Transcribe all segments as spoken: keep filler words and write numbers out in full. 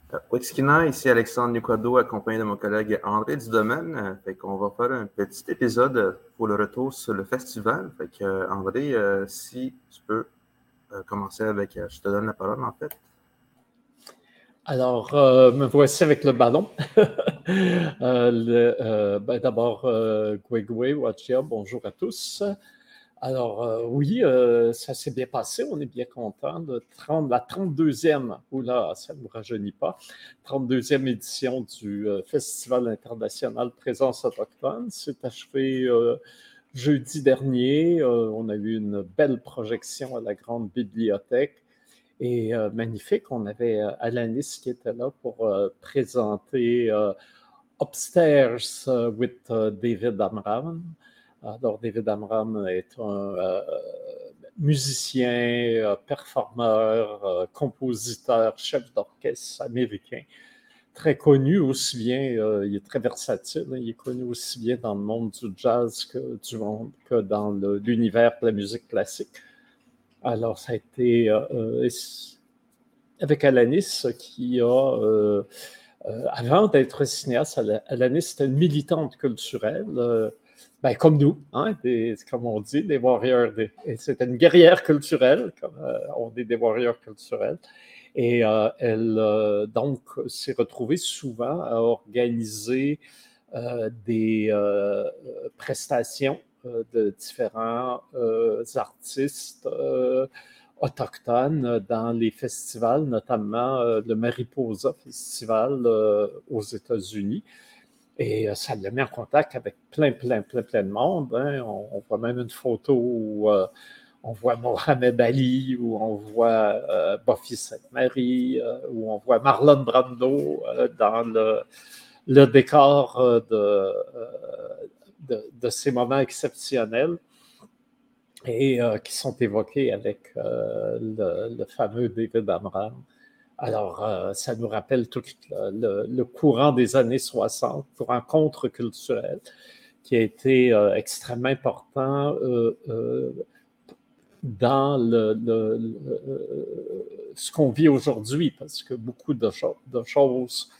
Euh, Wixkina, ici Alexandre Nucado, accompagné de mon collègue André Dudomaine. Euh, Fait qu'on va faire un petit épisode pour le retour sur le festival. Fait que, euh, André, euh, si tu peux euh, commencer avec, euh, je te donne la parole en fait. Alors, euh, me voici avec le ballon. euh, le, euh, ben, d'abord, euh, Gwegwe, Wachia, bonjour à tous. Alors, euh, oui, euh, ça s'est bien passé. On est bien content de trente, la trente-deuxième, oula, ça ne nous rajeunit pas, trente-deuxième édition du euh, Festival international Présence autochtone. C'est achevé euh, jeudi dernier. Euh, on a eu une belle projection à la Grande Bibliothèque. Et euh, magnifique, on avait euh, Alanis qui était là pour euh, présenter euh, Upstairs uh, with uh, David Amram. Alors, David Amram est un euh, musicien, euh, performeur, euh, compositeur, chef d'orchestre américain, très connu aussi bien, euh, il est très versatile, hein, il est connu aussi bien dans le monde du jazz que, du monde, que dans le, l'univers de la musique classique. Alors, ça a été... Euh, euh, avec Alanis, qui a, euh, euh, avant d'être cinéaste, Alanis était une militante culturelle, euh, ben, comme nous, hein, des, comme on dit, des warriors. Des, c'était une guerrière culturelle, comme euh, on dit des warriors culturels. Et euh, elle, euh, donc, s'est retrouvée souvent à organiser euh, des euh, prestations euh, de différents euh, artistes euh, autochtones dans les festivals, notamment euh, le Mariposa Festival euh, aux États-Unis. Et euh, ça l'a mis en contact avec plein, plein, plein, plein de monde. Hein. On, on voit même une photo où euh, on voit Mohamed Ali, où on voit euh, Buffy Sainte-Marie, euh, où on voit Marlon Brando euh, dans le, le décor euh, de, euh, de, de ces moments exceptionnels et euh, qui sont évoqués avec euh, le, le fameux David Amram. Alors, euh, ça nous rappelle tout le, le, le courant des années soixante, courant contre-culturel, qui a été euh, extrêmement important euh, euh, dans le, le, le, ce qu'on vit aujourd'hui, parce que beaucoup de, cho- de choses,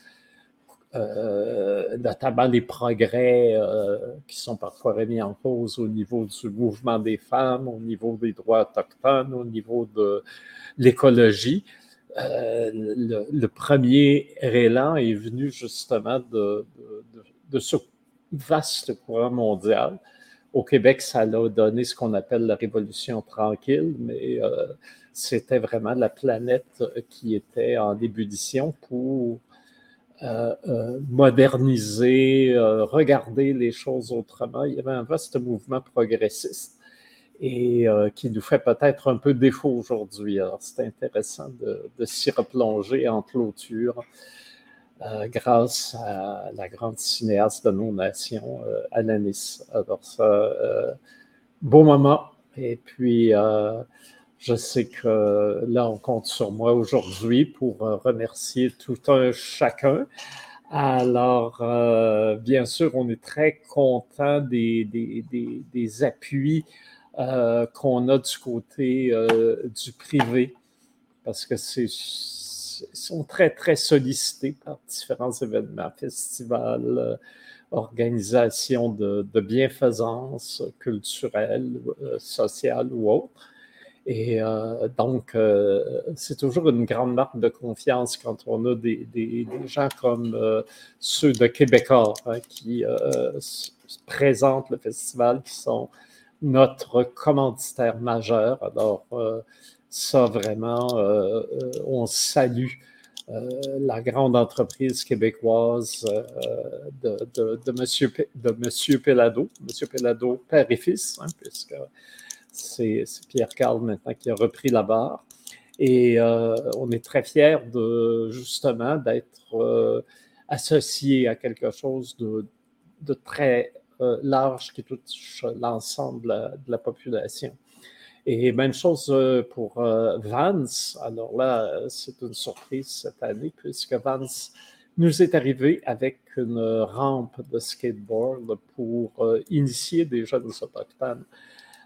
euh, notamment les progrès euh, qui sont parfois remis en cause au niveau du mouvement des femmes, au niveau des droits autochtones, au niveau de l'écologie, euh, le, le premier élan est venu justement de, de, de, de ce vaste courant mondial. Au Québec, ça a donné ce qu'on appelle la révolution tranquille, mais euh, c'était vraiment la planète qui était en ébullition pour euh, euh, moderniser, euh, regarder les choses autrement. Il y avait un vaste mouvement progressiste et euh, qui nous fait peut-être un peu défaut aujourd'hui. Alors, c'est intéressant de, de s'y replonger en clôture euh, grâce à la grande cinéaste de nos nations, euh, Alanis. Alors, ça, euh, beau moment. Et puis, euh, je sais que là, on compte sur moi aujourd'hui pour euh, remercier tout un chacun. Alors, euh, bien sûr, on est très content des, des, des, des appuis euh, qu'on a du côté euh, du privé, parce que c'est ils sont très, très sollicités par différents événements, festivals, euh, organisations de, de bienfaisance culturelle, euh, sociale ou autre. Et euh, donc, euh, c'est toujours une grande marque de confiance quand on a des, des, des gens comme euh, ceux de Québécois hein, qui euh, présentent le festival, qui sont notre commanditaire majeur. Alors, euh, ça, vraiment, euh, on salue euh, la grande entreprise québécoise euh, de, de, de, Monsieur, de Monsieur Pellado, Monsieur Pellado, père et fils, hein, puisque c'est, c'est Pierre-Carl maintenant qui a repris la barre. Et euh, on est très fiers de, justement, d'être euh, associé à quelque chose de, de très euh, large qui touche l'ensemble de la, de la population. Et même chose euh, pour euh, Vans. Alors là, c'est une surprise cette année, puisque Vans nous est arrivé avec une rampe de skateboard pour euh, initier des jeunes autochtones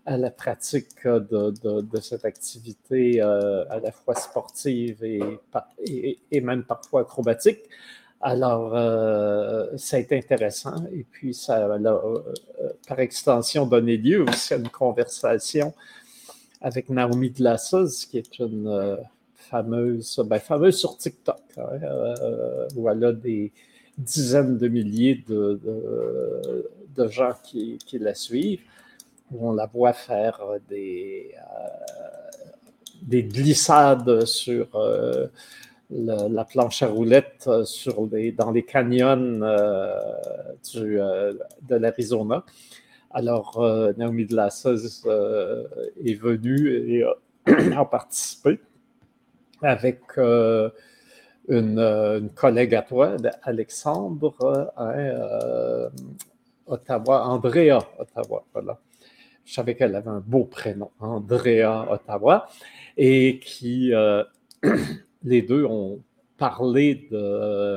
à la pratique de, de, de cette activité euh, à la fois sportive et, et, et même parfois acrobatique. Alors, euh, ça a été intéressant et puis ça a, euh, par extension, donné lieu aussi à une conversation avec Naomi Glasses, qui est une euh, fameuse, ben, fameuse sur TikTok, hein, euh, où elle a des dizaines de milliers de, de, de gens qui, qui la suivent, où on la voit faire des, euh, des glissades sur euh, le, la planche à roulettes sur les, dans les canyons euh, du, euh, de l'Arizona. Alors, euh, Naomi Glasses euh, est venue et a, a participé avec euh, une, une collègue à toi, Alexandre, hein, euh, Ottawa, Andrea Ottawa, voilà. Je savais qu'elle avait un beau prénom, Andrea Ottawa, et qui, euh, les deux ont parlé de, euh,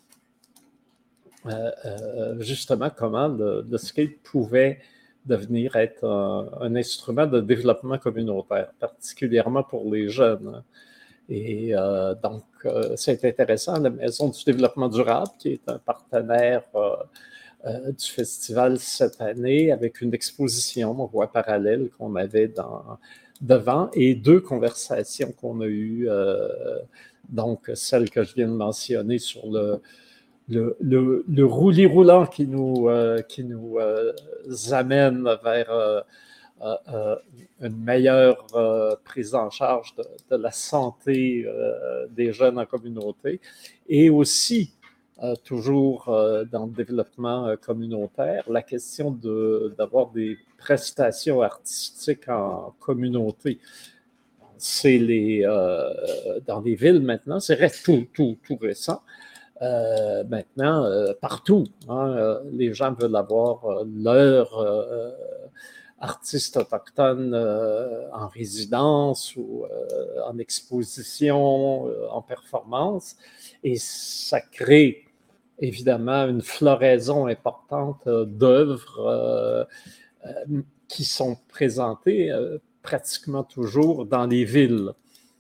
euh, justement, comment le, le skate pouvait devenir être un, un instrument de développement communautaire, particulièrement pour les jeunes. Et euh, donc, euh, c'est intéressant, la Maison du développement durable, qui est un partenaire euh, euh, du festival cette année, avec une exposition, on voit parallèle, qu'on avait dans, devant, et deux conversations qu'on a eues, euh, donc celle que je viens de mentionner sur le, le, le, le roulis roulant qui nous, euh, qui nous euh, amène vers euh, euh, une meilleure euh, prise en charge de, de la santé euh, des jeunes en communauté, et aussi, euh, toujours euh, dans le développement euh, communautaire, la question de, d'avoir des prestations artistiques en communauté. C'est les, euh, dans les villes maintenant, c'est tout, tout, tout récent. Euh, maintenant, euh, partout, hein, euh, les gens veulent avoir euh, leur euh, artiste autochtone euh, en résidence ou euh, en exposition, euh, en performance, et ça crée évidemment une floraison importante euh, d'œuvres euh, euh, qui sont présentées euh, pratiquement toujours dans les villes.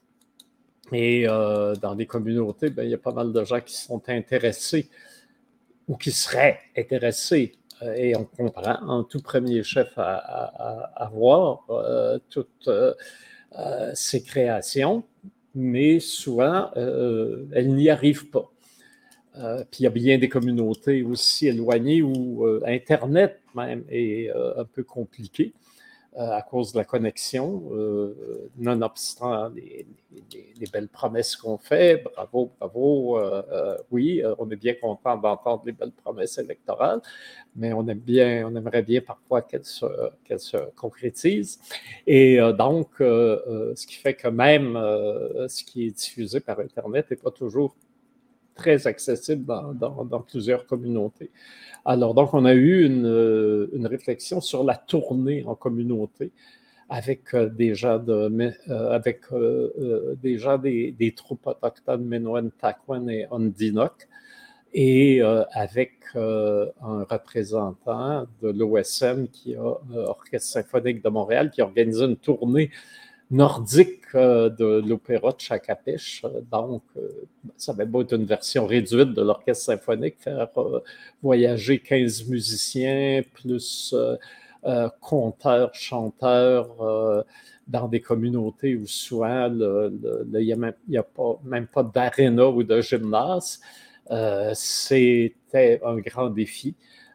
Et euh, dans les communautés, ben, il y a pas mal de gens qui sont intéressés ou qui seraient intéressés. Euh, et on comprend en tout premier chef à, à, à voir euh, toutes euh, euh, ces créations, mais souvent, euh, elles n'y arrivent pas. Euh, puis il y a bien des communautés aussi éloignées où euh, Internet même est euh, un peu compliqué. Euh, à cause de la connexion, euh, nonobstant les, les, les belles promesses qu'on fait. Bravo, bravo. Euh, euh, oui, euh, on est bien content d'entendre les belles promesses électorales, mais on aime bien, on aimerait bien parfois qu'elles se, qu'elles se concrétisent. Et euh, donc, euh, euh, ce qui fait que même euh, ce qui est diffusé par Internet n'est pas toujours très accessible dans, dans, dans plusieurs communautés. Alors, donc, on a eu une, une réflexion sur la tournée en communauté avec euh, des gens, de, euh, avec, euh, euh, des, gens des, des troupes autochtones Minoan, Takwan et Ondinok, et euh, avec euh, un représentant de l'O S M, qui a euh, Orchestre symphonique de Montréal, qui a organisé une tournée nordique euh, de l'opéra de Chakapèche. Donc, euh, ça va être une version réduite de l'orchestre symphonique, faire euh, voyager quinze musiciens, plus euh, euh, conteurs, chanteurs, euh, dans des communautés où souvent, il n'y a, même, y a pas, même pas d'aréna ou de gymnase. Euh, c'était un grand défi.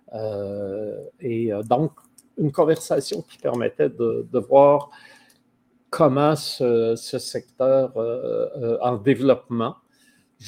Euh, et euh, donc, une conversation qui permettait de, de voir comment ce, ce secteur euh, euh, en développement, je,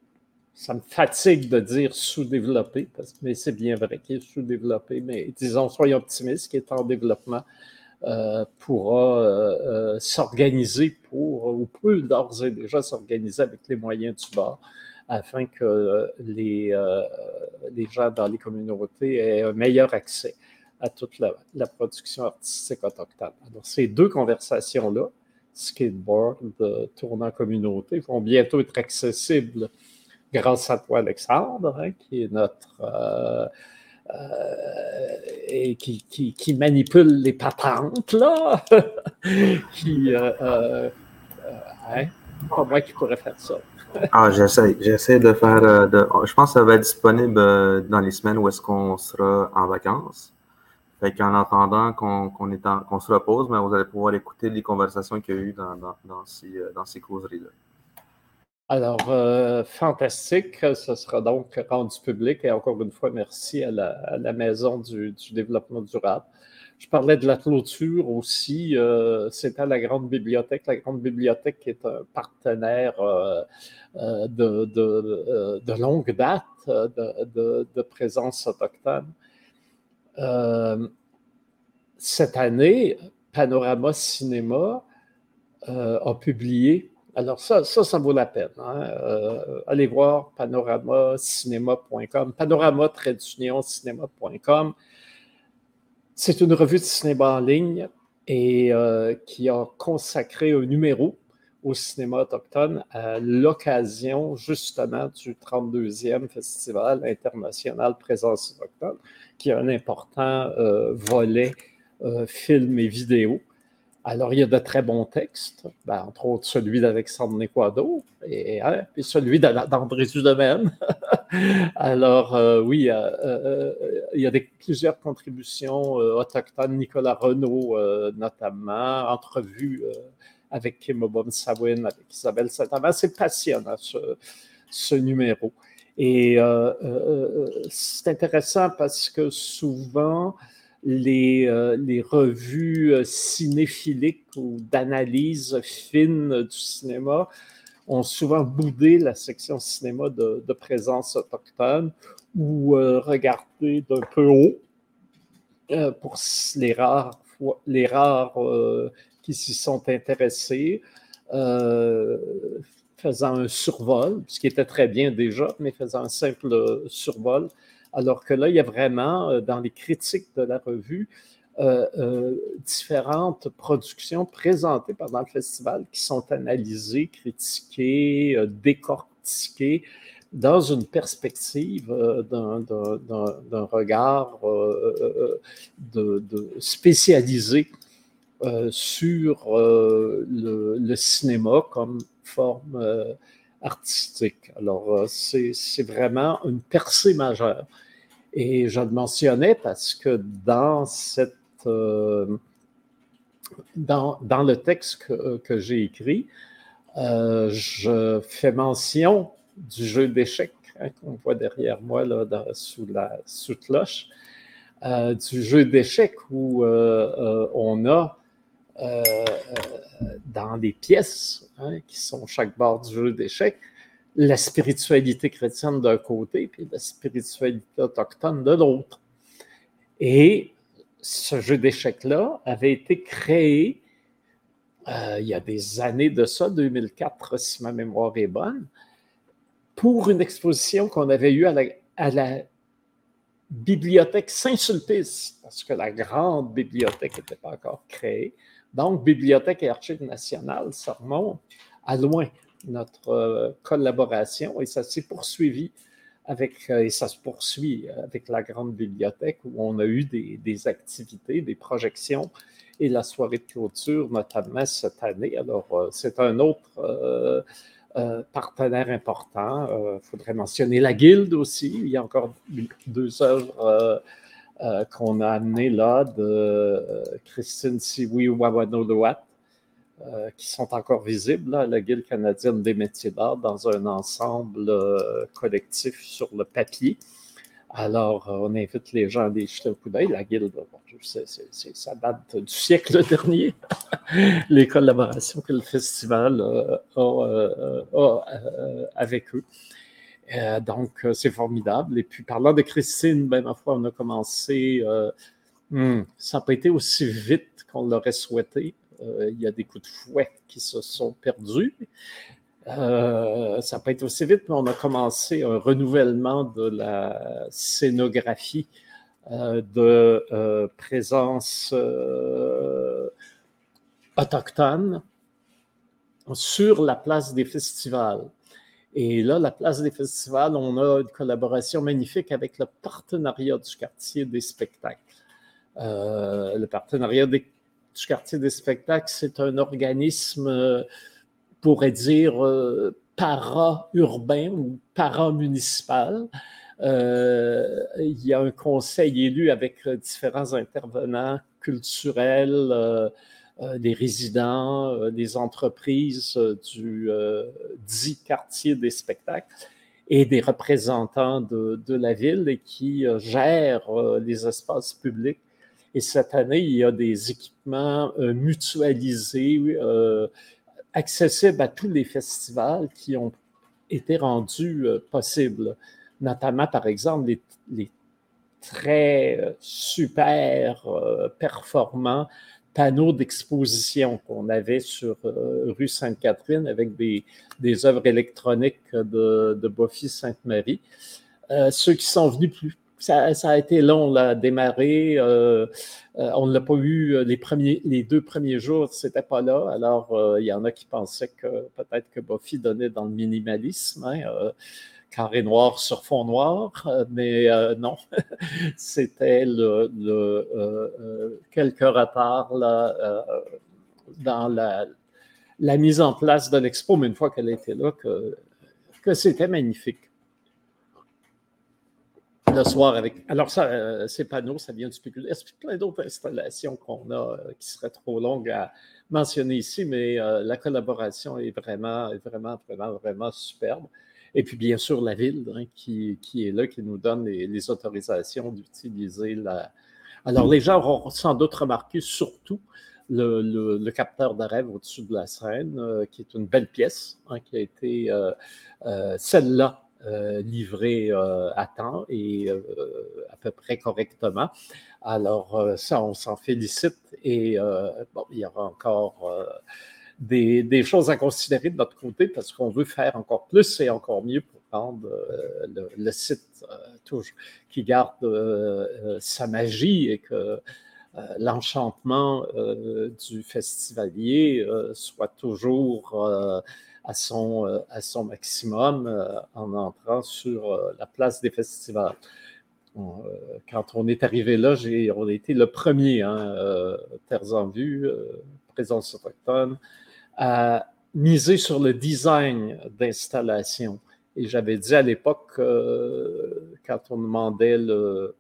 ça me fatigue de dire sous-développé, parce, mais c'est bien vrai qu'il est sous-développé, mais disons, soyons optimistes, qui est en développement, euh, pourra euh, euh, s'organiser pour, ou peut d'ores et déjà s'organiser avec les moyens du bord, afin que euh, les, euh, les gens dans les communautés aient un meilleur accès à toute la, la production artistique autochtone. Alors, ces deux conversations-là, skateboard, euh, tournant communauté, vont bientôt être accessibles grâce à toi, Alexandre, hein, qui est notre, euh, euh, et qui, qui, qui manipule les patentes, là, qui... Euh, euh, hein? Pas moi qui pourrais faire ça. Ah, j'essaie. J'essaie de faire. Euh, de, je pense que ça va être disponible euh, dans les semaines où est-ce qu'on sera en vacances. Fait qu'en attendant qu'on qu'on est en- qu'on se repose, mais vous allez pouvoir écouter les conversations qu'il y a eu dans, dans, dans ces, euh, dans ces causeries-là. Alors, euh, fantastique. Ce sera donc rendu public. Et encore une fois, merci à la, à la Maison du, du développement durable. Je parlais de la clôture aussi. Euh, C'était à la Grande Bibliothèque. La Grande Bibliothèque est un partenaire euh, euh, de, de, euh, de longue date de, de, de présence autochtone. Euh, cette année, Panorama Cinéma euh, a publié. Alors ça, ça, ça vaut la peine. Hein? Euh, allez voir panorama cinéma point com, panorama-cinéma point com. C'est une revue de cinéma en ligne et euh, qui a consacré un numéro au cinéma autochtone à l'occasion justement du trente-deuxième Festival international Présence autochtone, qui a un important euh, volet euh, film et vidéo. Alors, il y a de très bons textes, ben, entre autres celui d'Alexandre Nequado et, hein, et celui d'André Dudemaine. Alors, euh, oui, euh, euh, il y a des, plusieurs contributions euh, autochtones, Nicolas Renaud euh, notamment, entrevues euh, avec Kim Obom-Sawin, avec Isabelle Saint-Amand. C'est passionnant, ce, ce numéro. Et euh, euh, c'est intéressant parce que souvent, Les, euh, les revues cinéphiliques ou d'analyse fine du cinéma ont souvent boudé la section cinéma de, de présence autochtone ou euh, regardé d'un peu haut euh, pour les rares, les rares euh, qui s'y sont intéressés, euh, faisant un survol, ce qui était très bien déjà, mais faisant un simple survol. Alors que là, il y a vraiment, dans les critiques de la revue, euh, euh, différentes productions présentées pendant le festival qui sont analysées, critiquées, euh, décortiquées dans une perspective euh, d'un, d'un, d'un, d'un regard euh, de, de spécialisé euh, sur euh, le, le cinéma comme forme euh, artistique. Alors, euh, c'est, c'est vraiment une percée majeure. Et je le mentionnais parce que dans, cette, euh, dans, dans le texte que, que j'ai écrit, euh, je fais mention du jeu d'échecs hein, qu'on voit derrière moi là, dans, sous la sous-cloche, euh, du jeu d'échecs où euh, euh, on a euh, dans les pièces hein, qui sont chaque bord du jeu d'échecs, la spiritualité chrétienne d'un côté, puis la spiritualité autochtone de l'autre. Et ce jeu d'échecs-là avait été créé euh, il y a des années de ça, deux mille quatre, si ma mémoire est bonne, pour une exposition qu'on avait eue à la, à la bibliothèque Saint-Sulpice, parce que la grande bibliothèque n'était pas encore créée. Donc, Bibliothèque et Archives nationales, ça remonte à loin, notre euh, collaboration, et ça s'est poursuivi avec, euh, et ça se poursuit avec la grande bibliothèque où on a eu des, des activités, des projections et la soirée de clôture, notamment cette année. Alors, euh, c'est un autre euh, euh, partenaire important. Il euh, faudrait mentionner la Guilde aussi. Il y a encore deux œuvres euh, euh, qu'on a amenées là de euh, Christine Siwi Wawano-Loat, euh, qui sont encore visibles là, à la Guilde canadienne des métiers d'art dans un ensemble euh, collectif sur le papier. Alors, euh, on invite les gens à aller jeter un coup d'œil. La Guilde, bon, c'est, c'est, c'est, ça date du siècle dernier, les collaborations que le festival euh, a, euh, a euh, avec eux. Euh, donc, c'est formidable. Et puis, parlant de Christine, ben, ma foi, on a commencé, euh, hmm, ça n'a pas été aussi vite qu'on l'aurait souhaité. Euh, il y a des coups de fouet qui se sont perdus. Euh, ça n'a pas été aussi vite, mais on a commencé un renouvellement de la scénographie euh, de euh, présence euh, autochtone sur la place des festivals. Et là, la place des festivals, on a une collaboration magnifique avec le partenariat du quartier des spectacles. Euh, le partenariat des, du quartier des spectacles, c'est un organisme, euh, pourrait dire, euh, para-urbain ou para-municipal. Euh, il y a un conseil élu avec différents intervenants culturels, euh, euh, des résidents, euh, des entreprises euh, du euh, dit quartier des spectacles et des représentants de, de la ville et qui euh, gèrent euh, les espaces publics. Et cette année, il y a des équipements euh, mutualisés, euh, accessibles à tous les festivals qui ont été rendus euh, possibles. Notamment, par exemple, les, les très euh, super euh, performants panneaux d'exposition qu'on avait sur euh, rue Sainte-Catherine avec des, des œuvres électroniques de, de Buffy Sainte-Marie. Euh, ceux qui sont venus plus Ça, ça a été long là, à démarrer. Euh, euh, on ne l'a pas eu les, premiers, les deux premiers jours, c'était pas là. Alors, euh, il y en a qui pensaient que peut-être que Buffy donnait dans le minimalisme, hein, euh, carré noir sur fond noir, euh, mais euh, non, c'était le, le, euh, euh, quelques retards là, euh, dans la, la mise en place de l'expo, mais une fois qu'elle était là, que, que c'était magnifique. Le soir avec. Alors, ça, euh, ces panneaux, ça vient du spéculaire. Il y a plein d'autres installations qu'on a euh, qui seraient trop longues à mentionner ici, mais euh, la collaboration est vraiment, vraiment, vraiment, vraiment superbe. Et puis, bien sûr, la ville hein, qui, qui est là, qui nous donne les, les autorisations d'utiliser la. Alors, les gens auront sans doute remarqué surtout le, le, le capteur de rêve au-dessus de la scène, euh, qui est une belle pièce, hein, qui a été euh, euh, celle-là. Euh, livré euh, à temps et euh, à peu près correctement. Alors, euh, ça, on s'en félicite et euh, bon, il y aura encore euh, des, des choses à considérer de notre côté parce qu'on veut faire encore plus et encore mieux pour rendre euh, le, le site euh, toujours, qui garde euh, sa magie et que euh, l'enchantement euh, du festivalier euh, soit toujours euh, à son, euh, à son maximum euh, en entrant sur euh, la place des festivals. On, euh, quand on est arrivé là, j'ai, on a été le premier, hein, euh, Terres en Vue, euh, Présence autochtone, à miser sur le design d'installation. Et j'avais dit à l'époque, euh, quand on demandait le,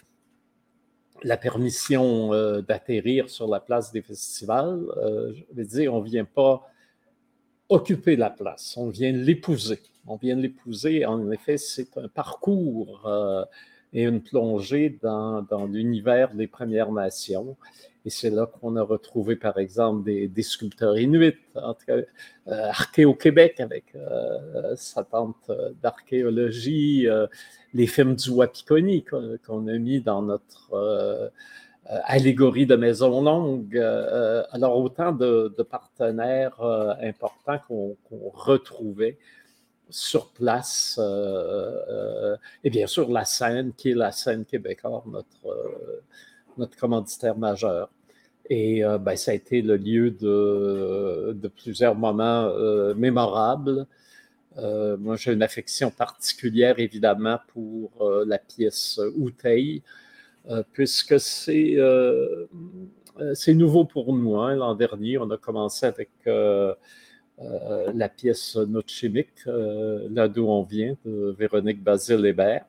la permission euh, d'atterrir sur la place des festivals, euh, j'avais dit, on ne vient pas occuper la place, on vient l'épouser. On vient l'épouser. En effet, c'est un parcours euh, et une plongée dans, dans l'univers des Premières Nations. Et c'est là qu'on a retrouvé, par exemple, des, des sculpteurs inuits, entre euh, Archéo-Québec avec euh, sa tente d'archéologie, euh, les films du Wapikoni qu'on, qu'on a mis dans notre euh, Euh, allégorie de maison longue. Euh, alors, autant de, de partenaires euh, importants qu'on, qu'on retrouvait sur place. Euh, euh, et bien sûr, la scène, qui est la scène québécoise, notre, euh, notre commanditaire majeur. Et euh, ben, ça a été le lieu de, de plusieurs moments euh, mémorables. Euh, moi, j'ai une affection particulière, évidemment, pour euh, la pièce Outeille, Euh, puisque c'est, euh, c'est nouveau pour nous. Hein. L'an dernier, on a commencé avec euh, euh, la pièce Notre chimique, euh, là d'où on vient, de Véronique Basile-Hébert,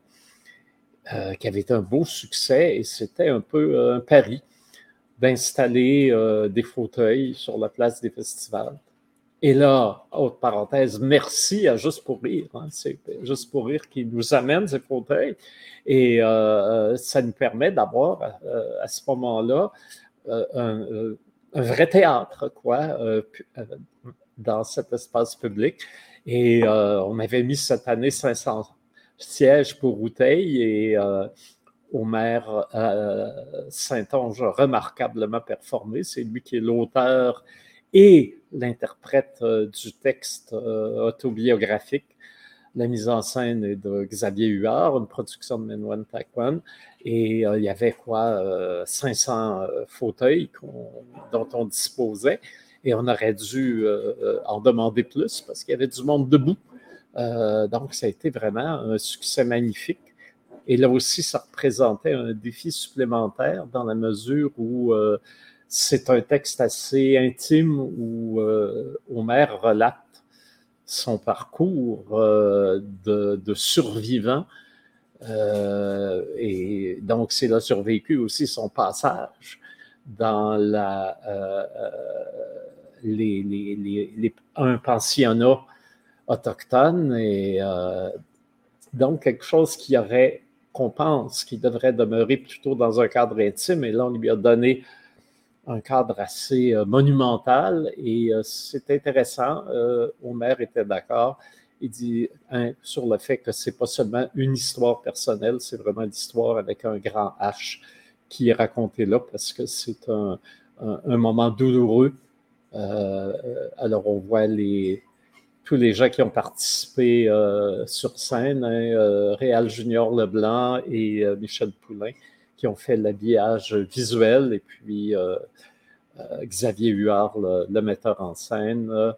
euh, qui avait été un beau succès et c'était un peu euh, un pari d'installer euh, des fauteuils sur la place des festivals. Et là, autre parenthèse, merci à Juste pour rire. Hein, c'est Juste pour rire qui nous amène ces fauteuils. Et euh, ça nous permet d'avoir euh, à ce moment-là euh, un, euh, un vrai théâtre, quoi, euh, dans cet espace public. Et euh, on avait mis cette année cinq cents sièges pour Outeille et euh, au maire euh, Saint-Onge a remarquablement performé. C'est lui qui est l'auteur et l'interprète euh, du texte euh, autobiographique. La mise en scène est de Xavier Huard, une production de Menwen Taquan. Et euh, il y avait quoi, euh, cinq cents euh, fauteuils dont on disposait. Et on aurait dû euh, en demander plus parce qu'il y avait du monde debout. Euh, donc, ça a été vraiment un succès magnifique. Et là aussi, ça représentait un défi supplémentaire dans la mesure où euh, c'est un texte assez intime où euh, Homère relate son parcours euh, de, de survivant. Euh, et donc, c'est là survécu aussi son passage dans la, euh, les, les, les, les, un pensionnat autochtone. Et euh, donc, quelque chose qui aurait, qu'on pense, qui devrait demeurer plutôt dans un cadre intime. Et là, on lui a donné un cadre assez euh, monumental. Et euh, c'est intéressant. Euh, Homère était d'accord. Il dit hein, sur le fait que c'est pas seulement une histoire personnelle, c'est vraiment l'histoire avec un grand H qui est racontée là parce que c'est un, un, un moment douloureux. Euh, alors, on voit les, tous les gens qui ont participé euh, sur scène, hein, euh, Réal Junior Leblanc et euh, Michel Poulain, qui ont fait l'habillage visuel, et puis euh, euh, Xavier Huard, le, le metteur en scène, euh,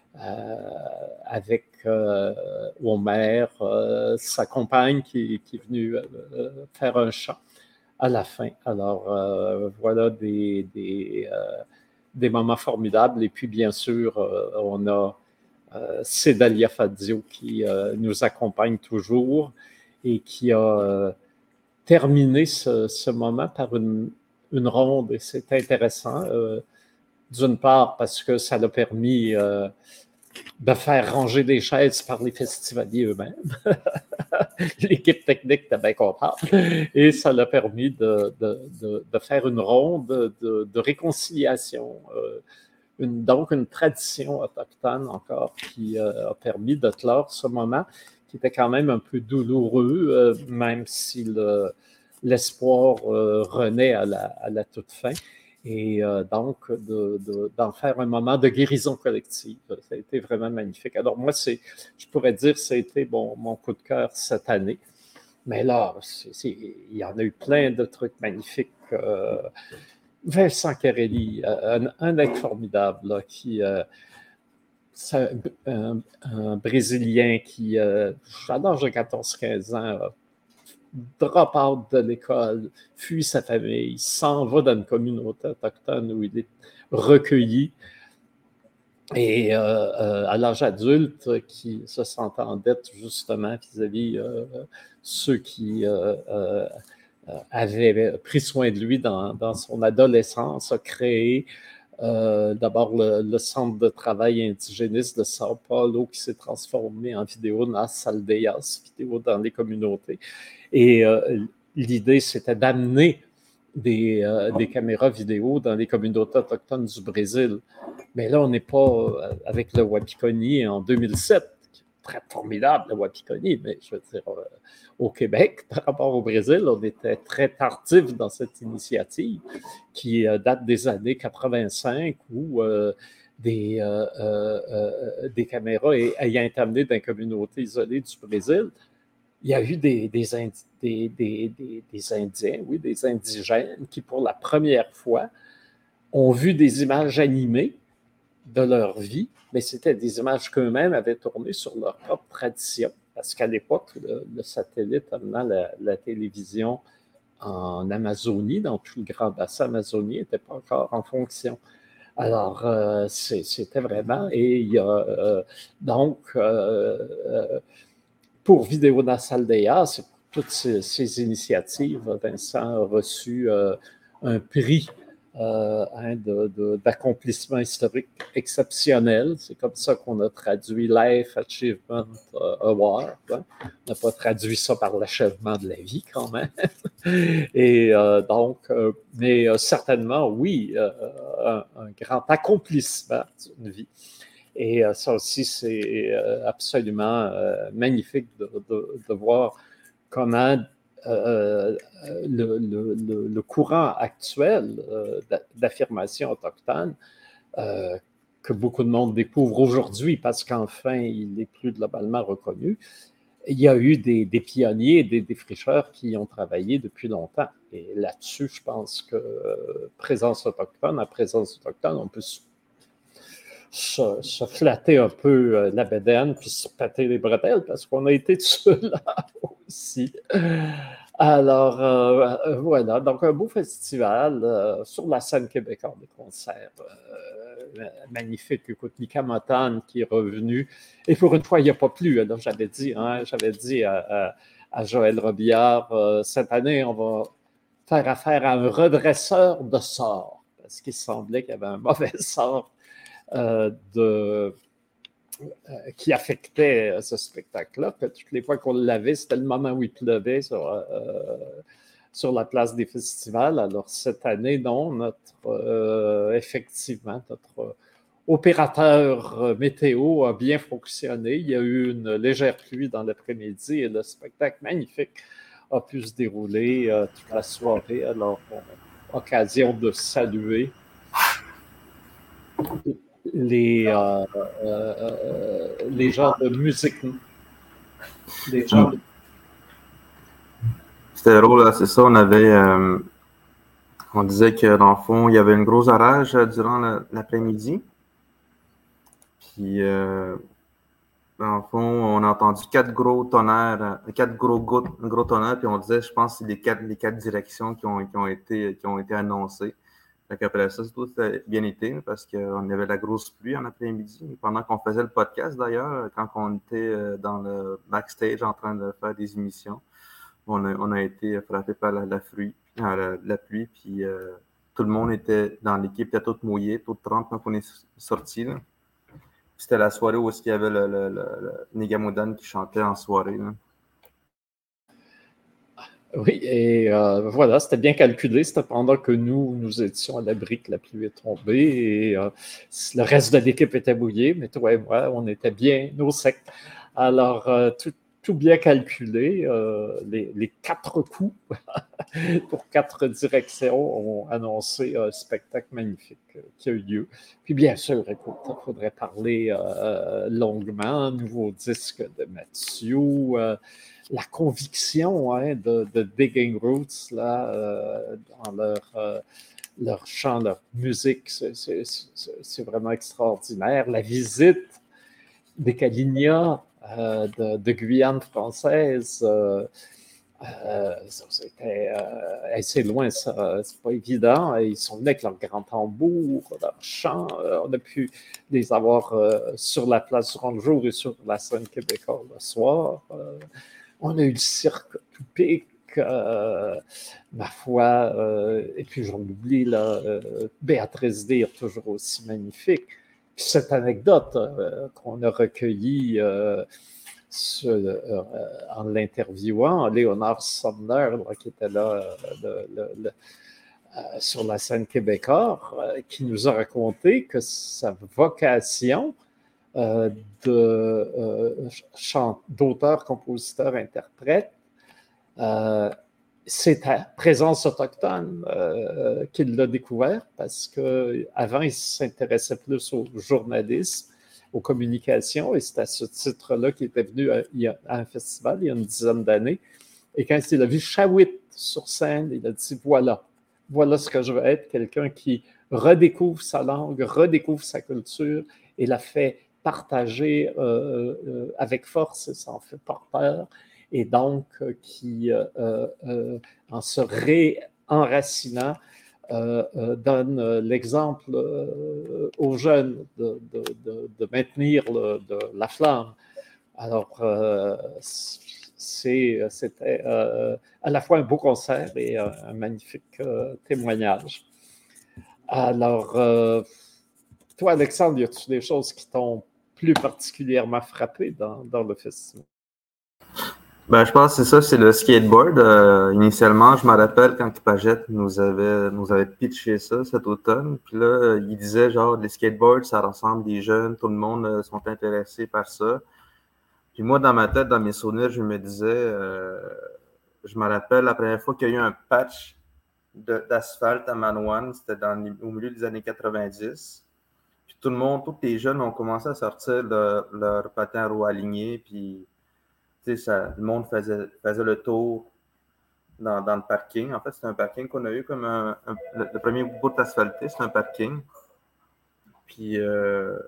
avec euh, Homère, euh, sa compagne qui, qui est venue euh, faire un chant à la fin. Alors, euh, voilà des, des, euh, des moments formidables. Et puis, bien sûr, euh, on a euh, Cédalia Fadio qui euh, nous accompagne toujours et qui a euh, terminé ce, ce moment par une, une ronde. Et c'est intéressant, euh, d'une part parce que ça l'a permis euh, de faire ranger des chaises par les festivaliers eux-mêmes. L'équipe technique était bien contente. Et ça l'a permis de, de, de, de faire une ronde de, de réconciliation. Euh, une, donc, une tradition autochtone encore qui euh, a permis de clore ce moment qui était quand même un peu douloureux, euh, même si le, l'espoir euh, renaît à la, à la toute fin. Et euh, donc, de, de, d'en faire un moment de guérison collective. Ça a été vraiment magnifique. Alors, moi, c'est, je pourrais dire que ça a été bon, mon coup de cœur cette année. Mais là, c'est, c'est, il y en a eu plein de trucs magnifiques. Euh, Vincent Carelli, un, un être formidable, là, qui... Euh, c'est un, un, un Brésilien qui, euh, à l'âge de quatorze quinze ans, a drop out de l'école, fuit sa famille, s'en va dans une communauté autochtone où il est recueilli. Et euh, euh, à l'âge adulte, qui se sent en dette justement vis-à-vis euh, ceux qui euh, euh, avaient pris soin de lui dans, dans son adolescence, a créé Euh, d'abord, le, le centre de travail indigéniste de Sao Paulo qui s'est transformé en vidéo Nas Aldeias, vidéo dans les communautés. Et euh, l'idée, c'était d'amener des, euh, des caméras vidéo dans les communautés autochtones du Brésil. Mais là, on n'est pas euh, avec le Wapikoni en deux mille sept, qui est très formidable, le Wapikoni, mais je veux dire, euh, au Québec, par rapport au Brésil, on était très tardif dans cette initiative qui euh, date des années quatre-vingt-cinq où euh, des, euh, euh, des caméras ayant été amenées dans une communauté isolée du Brésil, il y a eu des, des, Indi- des, des, des, des Indiens, oui, des indigènes qui, pour la première fois, ont vu des images animées de leur vie, mais c'était des images qu'eux-mêmes avaient tournées sur leur propre tradition. Parce qu'à l'époque, le, le satellite amenant la, la télévision en Amazonie, dans tout le grand bassin amazonien, n'était pas encore en fonction. Alors, euh, c'est, c'était vraiment... Et il y a euh, donc, euh, euh, pour Vidéo Nas Aldeias, c'est pour toutes ces, ces initiatives, Vincent a reçu euh, un prix euh, hein, de, de, d'accomplissement historique exceptionnel. C'est comme ça qu'on a traduit Life Achievement Award. Hein. On n'a pas traduit ça par l'achèvement de la vie quand même. Et euh, donc, euh, mais euh, certainement, oui, euh, un, un grand accomplissement d'une vie. Et euh, ça aussi, c'est euh, absolument euh, magnifique de, de, de voir comment euh, le, le, le, le courant actuel euh, d'affirmation autochtone euh, que beaucoup de monde découvre aujourd'hui parce qu'enfin, il est plus globalement reconnu. Il y a eu des, des pionniers, des défricheurs qui ont travaillé depuis longtemps. Et là-dessus, je pense que euh, présence autochtone, à présence autochtone, on peut se, se flatter un peu euh, la bédaine, puis se pâter les bretelles, parce qu'on a été de ceux-là aussi. Alors, euh, voilà, donc un beau festival euh, sur la scène québécoise, des concerts euh, magnifiques. Écoute, Mika Montane qui est revenu, et pour une fois, il n'y a pas plu. Alors, j'avais dit, hein, j'avais dit à, à, à Joël Robillard, euh, cette année, on va faire affaire à un redresseur de sort, parce qu'il semblait qu'il y avait un mauvais sort euh, de... Euh, qui affectait euh, ce spectacle-là. Que toutes les fois qu'on l'avait, c'était le moment où il pleuvait sur, euh, sur la place des festivals. Alors cette année, non, notre, euh, effectivement, notre opérateur météo a bien fonctionné. Il y a eu une légère pluie dans l'après-midi et le spectacle magnifique a pu se dérouler euh, toute la soirée. Alors, on a occasion de saluer les, euh, euh, les gens de musique. Les gens de... C'était drôle, là, c'est ça. On avait, euh, on disait que dans le fond, il y avait une grosse orage durant le, l'après-midi. Puis, euh, dans le fond, on a entendu quatre gros tonnerres, quatre gros, gros, gros tonnerres, puis on disait, je pense, que c'est les quatre, les quatre directions qui ont, qui ont été, qui ont été annoncées. Fait qu'après ça, tout a bien été parce qu'on avait la grosse pluie en après-midi. Pendant qu'on faisait le podcast, d'ailleurs, quand on était dans le backstage en train de faire des émissions, on a, on a été frappé par la, la, pluie, la, la pluie, puis euh, tout le monde était dans l'équipe, était tout mouillé, tout trempe quand on est sorti. Là. C'était la soirée où il y avait le, le, le, le Négamodan qui chantait en soirée. Là. Oui, et euh, voilà, c'était bien calculé. C'était pendant que nous, nous étions à l'abri que la pluie est tombée et euh, le reste de l'équipe était mouillé, mais toi et moi, on était bien au sec. Alors, euh, tout, tout bien calculé. Euh, les, les quatre coups pour quatre directions ont annoncé un spectacle magnifique qui a eu lieu. Puis bien sûr, écoute, il faudrait parler euh, longuement, nouveau disque de Mathieu, euh, la conviction hein, de, de Digging Roots là, euh, dans leur, euh, leur chant, leur musique, c'est, c'est, c'est, c'est vraiment extraordinaire. La visite des Caligna euh, de, de Guyane française, euh, euh, c'était euh, assez loin, ça, c'est pas évident. Ils sont venus avec leur grand tambour, leur chant. Euh, on a pu les avoir euh, sur la place durant le jour et sur la scène québécoise le soir. Euh, on a eu le cirque tout pic, euh, ma foi, euh, et puis j'en oublie, là, euh, Béatrice Dire, toujours aussi magnifique. Puis cette anecdote euh, qu'on a recueillie euh, sur, euh, en l'interviewant, Léonard Sumner, là, qui était là le, le, le, euh, sur la scène québécoise, euh, qui nous a raconté que sa vocation euh, de, euh, chant, d'auteur, compositeur, interprète, euh, c'est ta présence autochtone euh, qu'il l'a découvert parce qu'avant, il s'intéressait plus au journalisme, aux communications, et c'est à ce titre-là qu'il était venu à, à un festival il y a une dizaine d'années. Et quand il a vu Shawit sur scène, il a dit, voilà, voilà ce que je veux être, quelqu'un qui redécouvre sa langue, redécouvre sa culture et la fait partager euh, euh, avec force et s'en fait porteur. Et donc, euh, qui, euh, euh, en se réenracinant, euh, euh, donne l'exemple euh, aux jeunes de, de, de, de maintenir le, de, la flamme. Alors, euh, c'est, c'était euh, à la fois un beau concert et un, un magnifique euh, témoignage. Alors, euh, toi, Alexandre, y a-t-il des choses qui t'ont plus particulièrement frappé dans, dans le festival? Ben, je pense que c'est ça, c'est le skateboard. Euh, initialement, je me rappelle quand Pagette nous avait, nous avait pitché ça cet automne. Puis là, il disait genre, les skateboards, ça rassemble des jeunes, tout le monde euh, sont intéressés par ça. Puis moi, dans ma tête, dans mes souvenirs, je me disais, euh, je me rappelle la première fois qu'il y a eu un patch de, d'asphalte à Manoine, c'était dans, au milieu des années quatre-vingt-dix. Puis tout le monde, tous les jeunes ont commencé à sortir leur, leur patin à roues alignées, puis ça, le monde faisait, faisait le tour dans, dans le parking. En fait, c'est un parking qu'on a eu comme un, un, le, le premier bout asphalté, c'est un parking. Puis euh,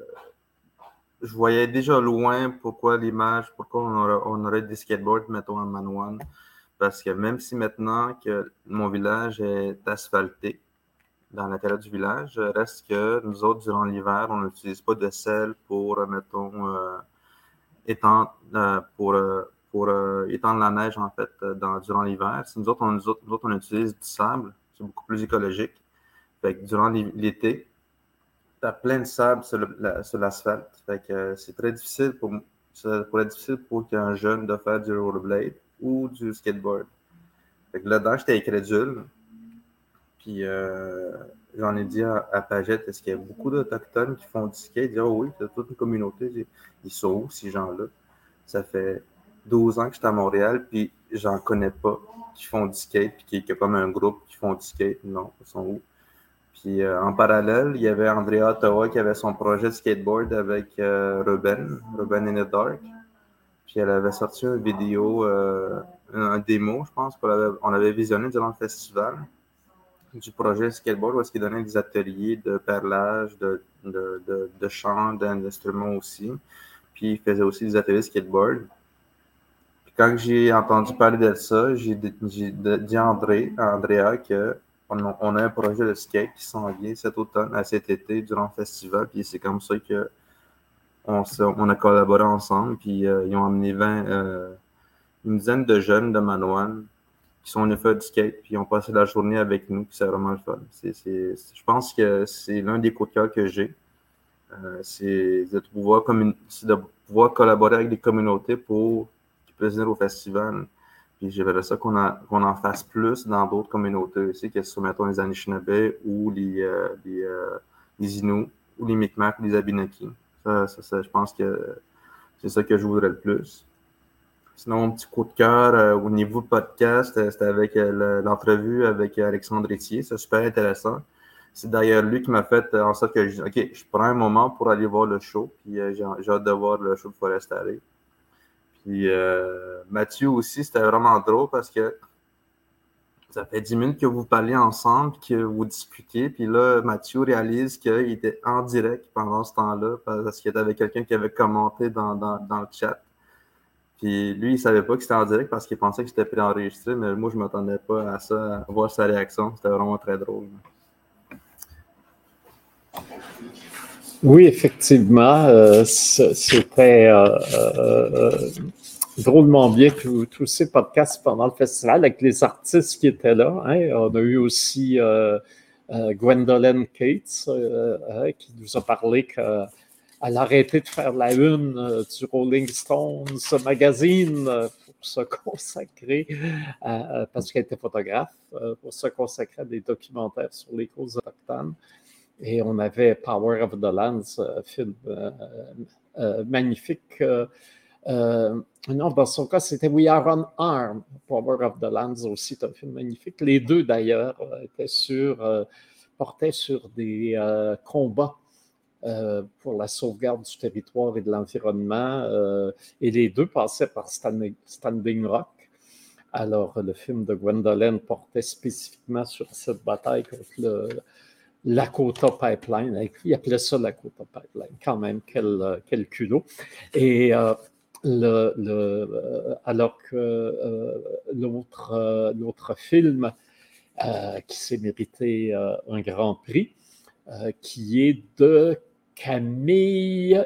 je voyais déjà loin pourquoi l'image, pourquoi on aurait, on aurait des skateboards, mettons, en Manoine. Parce que même si maintenant que mon village est asphalté, dans l'intérieur du village, reste que nous autres, durant l'hiver, on n'utilise pas de sel pour, mettons, euh, étendre, euh, pour, euh, pour euh, étendre la neige, en fait, dans, durant l'hiver. Si nous autres, on, nous autres, nous autres, on utilise du sable, c'est beaucoup plus écologique. Fait que durant l'été, tu as plein de sable sur, le, la, sur l'asphalte. Fait que euh, c'est très difficile pour, ça pourrait être difficile pour qu'un jeune de faire du rollerblade ou du skateboard. Fait que là-dedans, j'étais incrédule. Puis euh, j'en ai dit à, à Pagette, est-ce qu'il y a beaucoup d'Autochtones qui font du skate? Il dit, oh oui, c'est toute une communauté. Ils sont où, ces gens-là? Ça fait douze ans que j'étais à Montréal, puis j'en connais pas qui font du skate, puis qui, qui a comme un groupe qui font du skate. Non, ils sont où? Puis euh, en parallèle, il y avait Andrea Ottawa qui avait son projet de skateboard avec euh, Ruben, Ruben in the Dark. Puis elle avait sorti une vidéo, euh, un, un démo, je pense, qu'on avait, on avait visionné durant le festival du projet skateboard où est-ce qu'il donnait des ateliers de perlage, de, de, de, de chant, d'instruments aussi. Puis il faisait aussi des ateliers de skateboard. Puis quand j'ai entendu parler de ça, j'ai, j'ai dit à André, à Andrea que on a, on a un projet de skate qui s'en vient cet automne, à cet été, durant le festival. Puis c'est comme ça que on, on a collaboré ensemble. Puis euh, ils ont amené vingt, euh, une dizaine de jeunes de Manoine qui sont venus faire du skate, puis ils ont passé la journée avec nous, puis c'est vraiment le fun. C'est, c'est, je pense que c'est l'un des coups de cœur que j'ai. Euh, c'est, de pouvoir commun... c'est de pouvoir collaborer avec des communautés pour qu'ils puissent venir au festival. Puis j'aimerais ça qu'on, a, qu'on en fasse plus dans d'autres communautés aussi, que ce soit, mettons, les Anishinaabe ou les, euh, les, euh, les Inuits ou les Micmacs ou les Abenaki. Ça, ça, ça, je pense que c'est ça que je voudrais le plus. Sinon, mon petit coup de cœur euh, au niveau podcast, euh, c'était avec euh, l'entrevue avec Alexandre Etier. C'est super intéressant. C'est d'ailleurs lui qui m'a fait euh, en sorte que je, OK, je prends un moment pour aller voir le show. Puis euh, j'ai, j'ai hâte de voir le show de Forest Alley. Puis euh, Mathieu aussi, c'était vraiment drôle parce que ça fait dix minutes que vous parlez ensemble, que vous discutez. Puis là, Mathieu réalise qu'il était en direct pendant ce temps-là parce qu'il y avait quelqu'un qui avait commenté dans, dans, dans le chat. Puis lui, il savait pas que c'était en direct parce qu'il pensait que c'était préenregistré, mais moi, je ne m'attendais pas à ça, à voir sa réaction. C'était vraiment très drôle. Oui, effectivement, euh, c'était euh, euh, drôlement bien tous, tous ces podcasts pendant le festival avec les artistes qui étaient là. Hein. On a eu aussi euh, euh, Gwendolyn Cates euh, euh, qui nous a parlé que elle a arrêté de faire la une euh, du Rolling Stones magazine euh, pour se consacrer, à, parce qu'elle était photographe, euh, pour se consacrer à des documentaires sur les causes autochtones. Et on avait Power of the Lands, un film euh, euh, magnifique. Euh, euh, non, dans son cas, c'était We Are Unarmed. Power of the Lands aussi, c'est un film magnifique. Les deux, d'ailleurs, étaient sur, euh, portaient sur des euh, combats Euh, pour la sauvegarde du territoire et de l'environnement. Euh, et les deux passaient par Standing, Standing Rock. Alors, le film de Gwendolyn portait spécifiquement sur cette bataille contre le Lakota Pipeline. Il appelait ça Lakota Pipeline. Quand même, quel, quel culot. Et euh, le, le, alors que euh, l'autre, euh, l'autre film euh, qui s'est mérité euh, un grand prix, euh, qui est de Camille,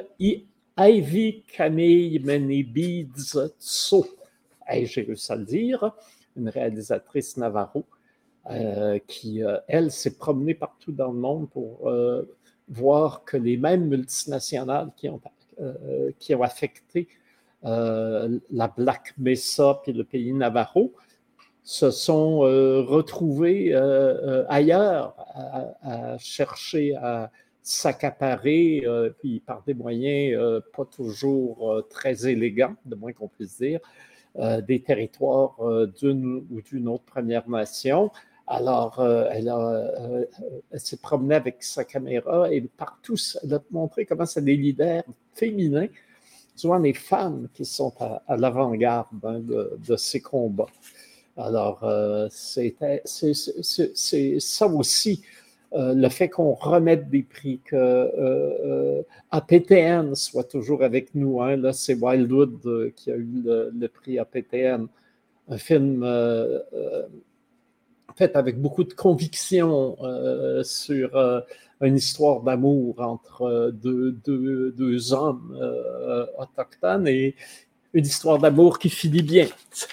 Ivy Camille Menebides Tso. Hey, j'ai réussi à le dire, une réalisatrice Navarro euh, qui, euh, elle, s'est promenée partout dans le monde pour euh, voir que les mêmes multinationales qui ont, euh, qui ont affecté euh, la Black Mesa puis le pays Navarro se sont euh, retrouvés euh, euh, ailleurs à, à chercher à s'accaparer, euh, puis par des moyens euh, pas toujours euh, très élégants, de moins qu'on puisse dire, euh, des territoires euh, d'une ou d'une autre Première Nation. Alors, euh, elle, a, euh, elle s'est promenée avec sa caméra et partout, elle a montré comment c'est des leaders féminins, souvent des femmes qui sont à, à l'avant-garde hein, de, de ces combats. Alors, euh, c'est, c'est, c'est, c'est ça aussi euh, le fait qu'on remette des prix, que euh, euh, A P T N soit toujours avec nous. Hein. Là, c'est Wildwood euh, qui a eu le, le prix A P T N, un film euh, euh, fait avec beaucoup de conviction euh, sur euh, une histoire d'amour entre deux, deux, deux hommes euh, autochtones et une histoire d'amour qui finit bien,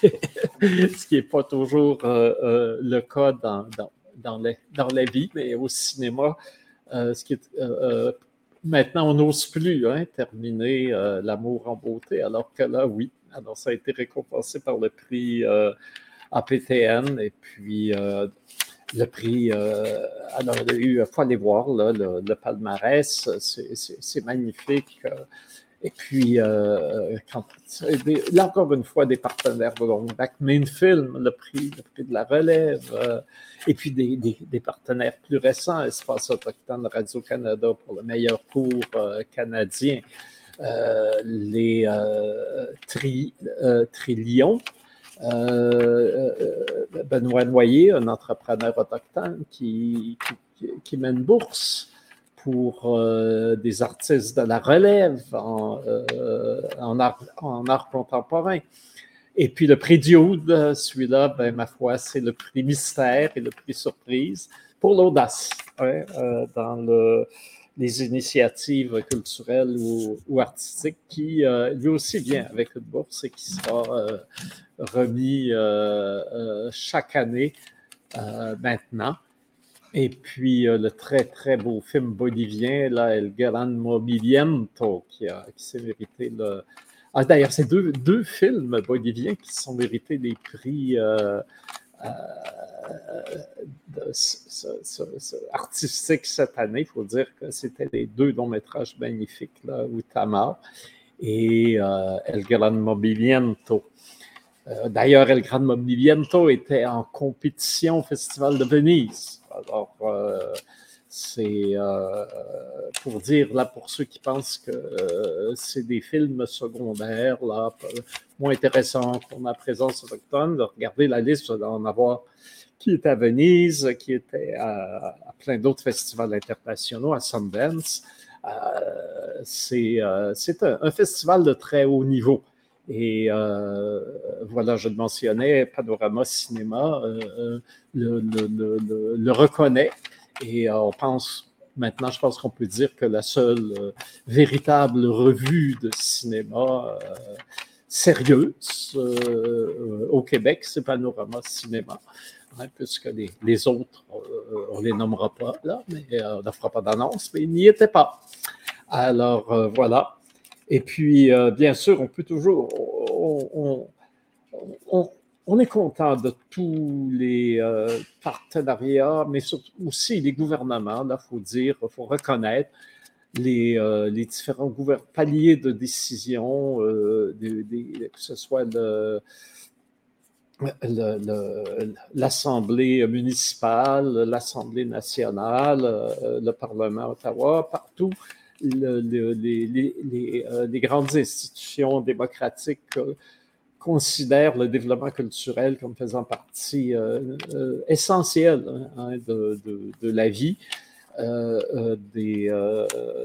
ce qui n'est pas toujours euh, euh, le cas dans, dans, dans, la, dans la vie, mais au cinéma, euh, ce qui est, euh, maintenant on n'ose plus hein, terminer euh, l'amour en beauté, alors que là, oui, alors ça a été récompensé par le prix euh, A P T N et puis euh, le prix, euh, alors il y a eu, il faut aller voir là, le, le palmarès, c'est, c'est, c'est magnifique. Et puis, euh, quand, là encore une fois, des partenaires de longue date, Main Film, le prix, le prix de la relève, euh, et puis des, des, des partenaires plus récents, Espace Autochtone, Radio-Canada pour le meilleur cours euh, canadien, euh, les euh, tri, euh, Trillions, euh, euh, Benoît Noyer, un entrepreneur autochtone qui, qui, qui met une bourse pour euh, des artistes de la relève en, euh, en, art, en art contemporain. Et puis le prix Dioud, celui-là, ben, ma foi, c'est le prix mystère et le prix surprise pour l'audace hein, euh, dans le, les initiatives culturelles ou, ou artistiques qui, euh, lui aussi, vient avec une bourse et qui sera euh, remis euh, euh, chaque année euh, maintenant. Et puis, euh, le très, très beau film bolivien, là, El Gran Movimiento, qui, a, qui s'est mérité le... Ah, d'ailleurs, c'est deux, deux films boliviens qui se sont mérités des prix euh, euh, de, ce, ce, ce, artistiques cette année. Il faut dire que c'était les deux longs-métrages magnifiques, là, Outamar et euh, El Gran Movimiento. Euh, d'ailleurs, El Gran Movimiento était en compétition au Festival de Venise. Alors, euh, c'est euh, pour dire, là, pour ceux qui pensent que euh, c'est des films secondaires, là, moins intéressants pour ma présence autochtone, de regarder la liste, d'en avoir qui est à Venise, qui était à, à plein d'autres festivals internationaux, à Sundance. Euh, c'est euh, c'est un, un festival de très haut niveau. Et euh, voilà, je le mentionnais, Panorama Cinéma euh, le, le, le, le reconnaît. Et euh, on pense, maintenant, je pense qu'on peut dire que la seule euh, véritable revue de cinéma euh, sérieuse euh, au Québec, c'est Panorama Cinéma. Hein, puisque les, les autres, euh, on ne les nommera pas là, mais euh, on ne fera pas d'annonce, mais ils n'y étaient pas. Alors, euh, voilà. Et puis, euh, bien sûr, on peut toujours... On, on, on, on est content de tous les euh, partenariats, mais surtout aussi les gouvernements, là, il faut dire, il faut reconnaître les, euh, les différents paliers de décision, euh, de, de, que ce soit le... Le, le, l'Assemblée municipale, l'Assemblée nationale, euh, le Parlement Ottawa, partout, le, le, les, les, les, euh, les grandes institutions démocratiques euh, considèrent le développement culturel comme faisant partie euh, euh, essentielle hein, de, de, de la vie euh, euh, des, euh,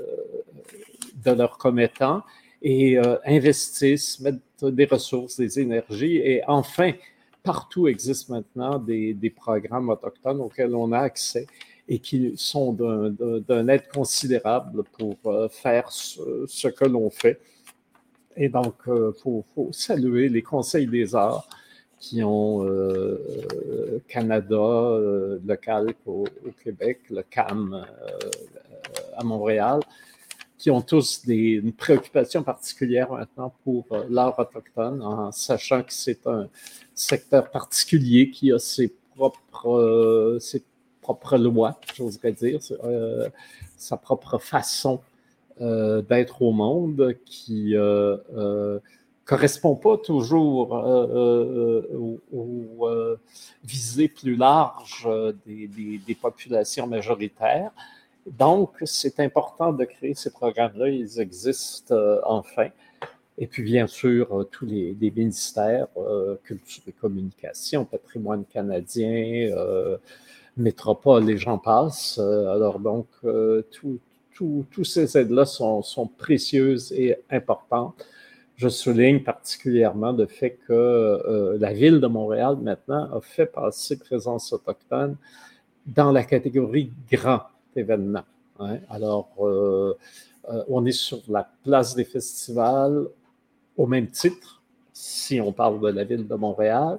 de leurs commettants et euh, investissent, mettent des ressources, des énergies et enfin, partout existent maintenant des, des programmes autochtones auxquels on a accès et qui sont d'un, d'un aide considérable pour euh, faire ce, ce que l'on fait. Et donc, il euh, faut, faut saluer les conseils des arts qui ont euh, Canada, euh, le C A L C au, au Québec, le C A M euh, à Montréal, qui ont tous des, une préoccupation particulière maintenant pour euh, l'art autochtone, en sachant que c'est un secteur particulier qui a ses propres, euh, ses propres lois, j'oserais dire, euh, sa propre façon euh, d'être au monde qui euh, euh, correspond pas toujours euh, aux, aux euh, visées plus larges des, des, des populations majoritaires. Donc, c'est important de créer ces programmes-là. Ils existent euh, enfin. Et puis, bien sûr, euh, tous les, les ministères, euh, culture et communication, patrimoine canadien, euh, métropoles et j'en passe. Alors donc, euh, tous tout, tout ces aides-là sont, sont précieuses et importantes. Je souligne particulièrement le fait que euh, la Ville de Montréal, maintenant, a fait passer présence autochtone dans la catégorie grand événement. Hein? Alors, euh, euh, on est sur la place des festivals au même titre, si on parle de la Ville de Montréal,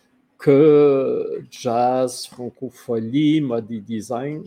que jazz, francophonie, mode et design.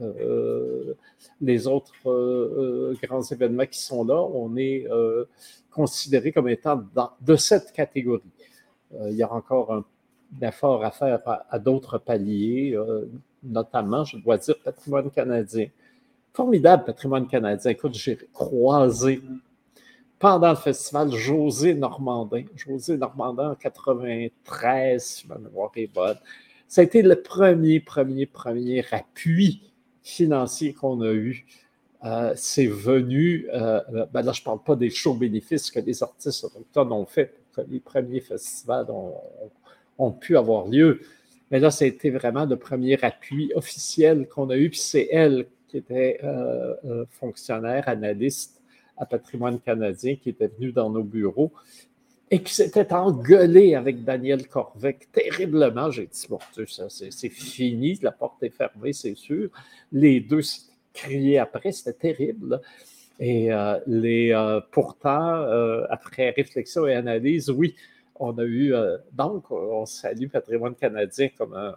Euh, les autres euh, grands événements qui sont là, on est euh, considéré comme étant dans, de cette catégorie. Euh, il y a encore un, un effort à faire à, à d'autres paliers, euh, notamment, je dois dire, patrimoine canadien. Formidable patrimoine canadien. Écoute, j'ai croisé pendant le festival José Normandin. José Normandin en quatre-vingt-treize, si ma mémoire est bonne. Ça a été le premier, premier, premier appui financier qu'on a eu. Euh, c'est venu, euh, ben là je ne parle pas des shows bénéfices que les artistes autochtones ont fait pour que les premiers festivals ont, ont, ont pu avoir lieu. Mais là, ça a été vraiment le premier appui officiel qu'on a eu. Puis c'est elle qui était euh, euh, fonctionnaire, analyste à Patrimoine canadien, qui était venue dans nos bureaux et qui s'était engueulée avec Daniel Corvec terriblement. J'ai dit, bon, ça, c'est, c'est fini, la porte est fermée, c'est sûr. Les deux s'étaient criés après, c'était terrible. Et euh, les, euh, pourtant, euh, après réflexion et analyse, oui, on a eu, euh, donc, on salue Patrimoine canadien comme euh,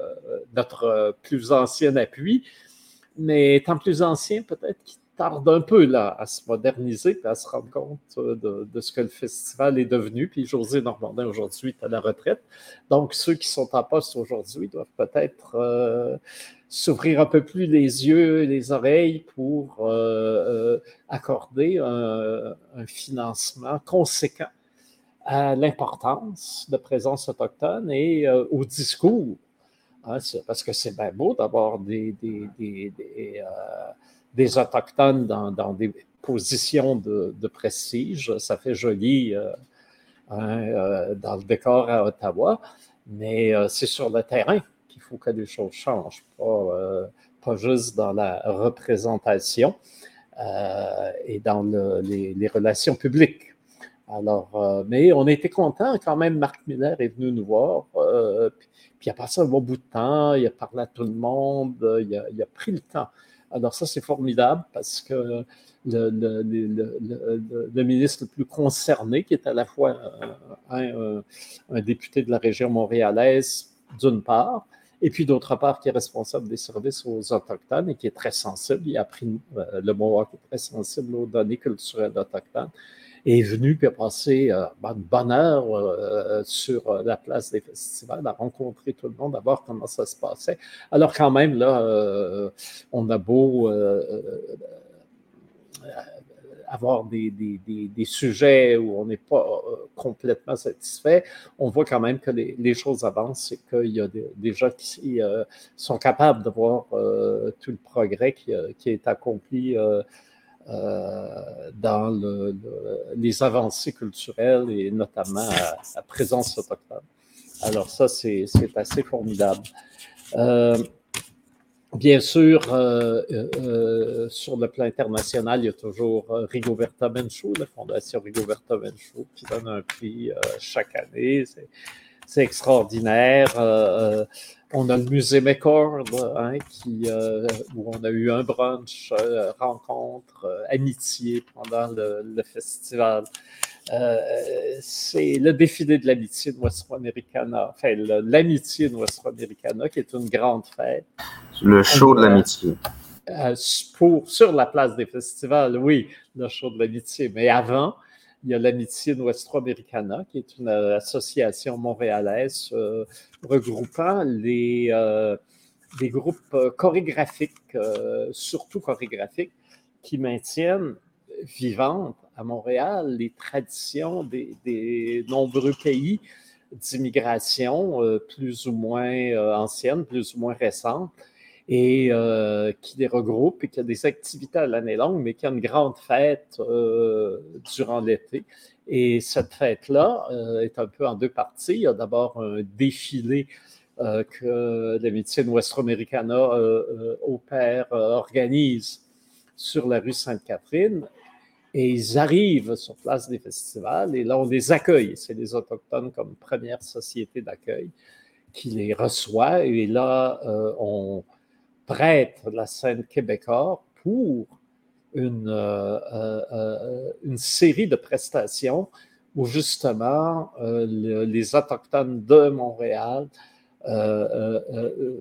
notre plus ancien appui, mais étant plus ancien, peut-être qu'il tarde un peu là, à se moderniser et à se rendre compte de, de ce que le festival est devenu. Puis José Normandin, aujourd'hui, est à la retraite. Donc, ceux qui sont en poste aujourd'hui doivent peut-être euh, s'ouvrir un peu plus les yeux et les oreilles pour euh, accorder un, un financement conséquent à l'importance de présence autochtone et euh, au discours. Hein, parce que c'est bien beau d'avoir des, des, des, des, euh, des Autochtones dans, dans des positions de, de prestige. Ça fait joli euh, hein, euh, dans le décor à Ottawa, mais euh, c'est sur le terrain qu'il faut que les choses changent, pas, euh, pas juste dans la représentation euh, et dans le, les, les relations publiques. Alors, euh, mais on a été contents quand même. Marc Miller est venu nous voir, euh, puis, puis il a passé un bon bout de temps, il a parlé à tout le monde, il a, il a pris le temps. Alors ça, c'est formidable parce que le, le, le, le, le ministre le plus concerné, qui est à la fois un, un, un député de la région montréalaise, d'une part, et puis d'autre part, qui est responsable des services aux Autochtones et qui est très sensible, il a pris euh, le Mohawk est très sensible aux données culturelles autochtones, est venu puis a passé euh, une bonne heure euh, sur la place des festivals à rencontrer tout le monde, à voir comment ça se passait. Alors quand même, là, euh, on a beau euh, euh, avoir des, des, des, des sujets où on n'est pas euh, complètement satisfait, on voit quand même que les, les choses avancent et qu'il y a des, des gens qui euh, sont capables de voir euh, tout le progrès qui, qui est accompli euh, Euh, dans le, le, les avancées culturelles et notamment à, à présence autochtone. Alors ça, c'est, c'est assez formidable. Euh, bien sûr, euh, euh, sur le plan international, il y a toujours Rigoberta Menchú, la Fondation Rigoberta Menchú, qui donne un prix euh, chaque année. C'est, c'est extraordinaire. Euh, on a le musée McCord, hein, qui, euh, où on a eu un brunch, euh, rencontre, euh, amitié pendant le, le festival. Euh, c'est le défilé de l'amitié de Nuestra Americana, enfin le, l'amitié de Nuestra Americana, qui est une grande fête. Le show on, de l'amitié. Euh, pour, sur la place des festivals, oui, le show de l'amitié. Mais avant, il y a l'Amitié Nuestra Americana, qui est une euh, association montréalaise euh, regroupant les, euh, des groupes euh, chorégraphiques, euh, surtout chorégraphiques, qui maintiennent vivantes à Montréal les traditions des, des nombreux pays d'immigration euh, plus ou moins euh, anciennes, plus ou moins récentes, et euh, qui les regroupe et qui a des activités à l'année longue, mais qui a une grande fête euh, durant l'été. Et cette fête-là euh, est un peu en deux parties. Il y a d'abord un défilé euh, que la médecine Western Americana euh, euh, opère, euh, organise sur la rue Sainte-Catherine. Et ils arrivent sur place des festivals et là, on les accueille. C'est les Autochtones comme première société d'accueil qui les reçoit. Et là, euh, on prête la scène québécoise pour une, euh, euh, une série de prestations où justement euh, le, les Autochtones de Montréal euh, euh,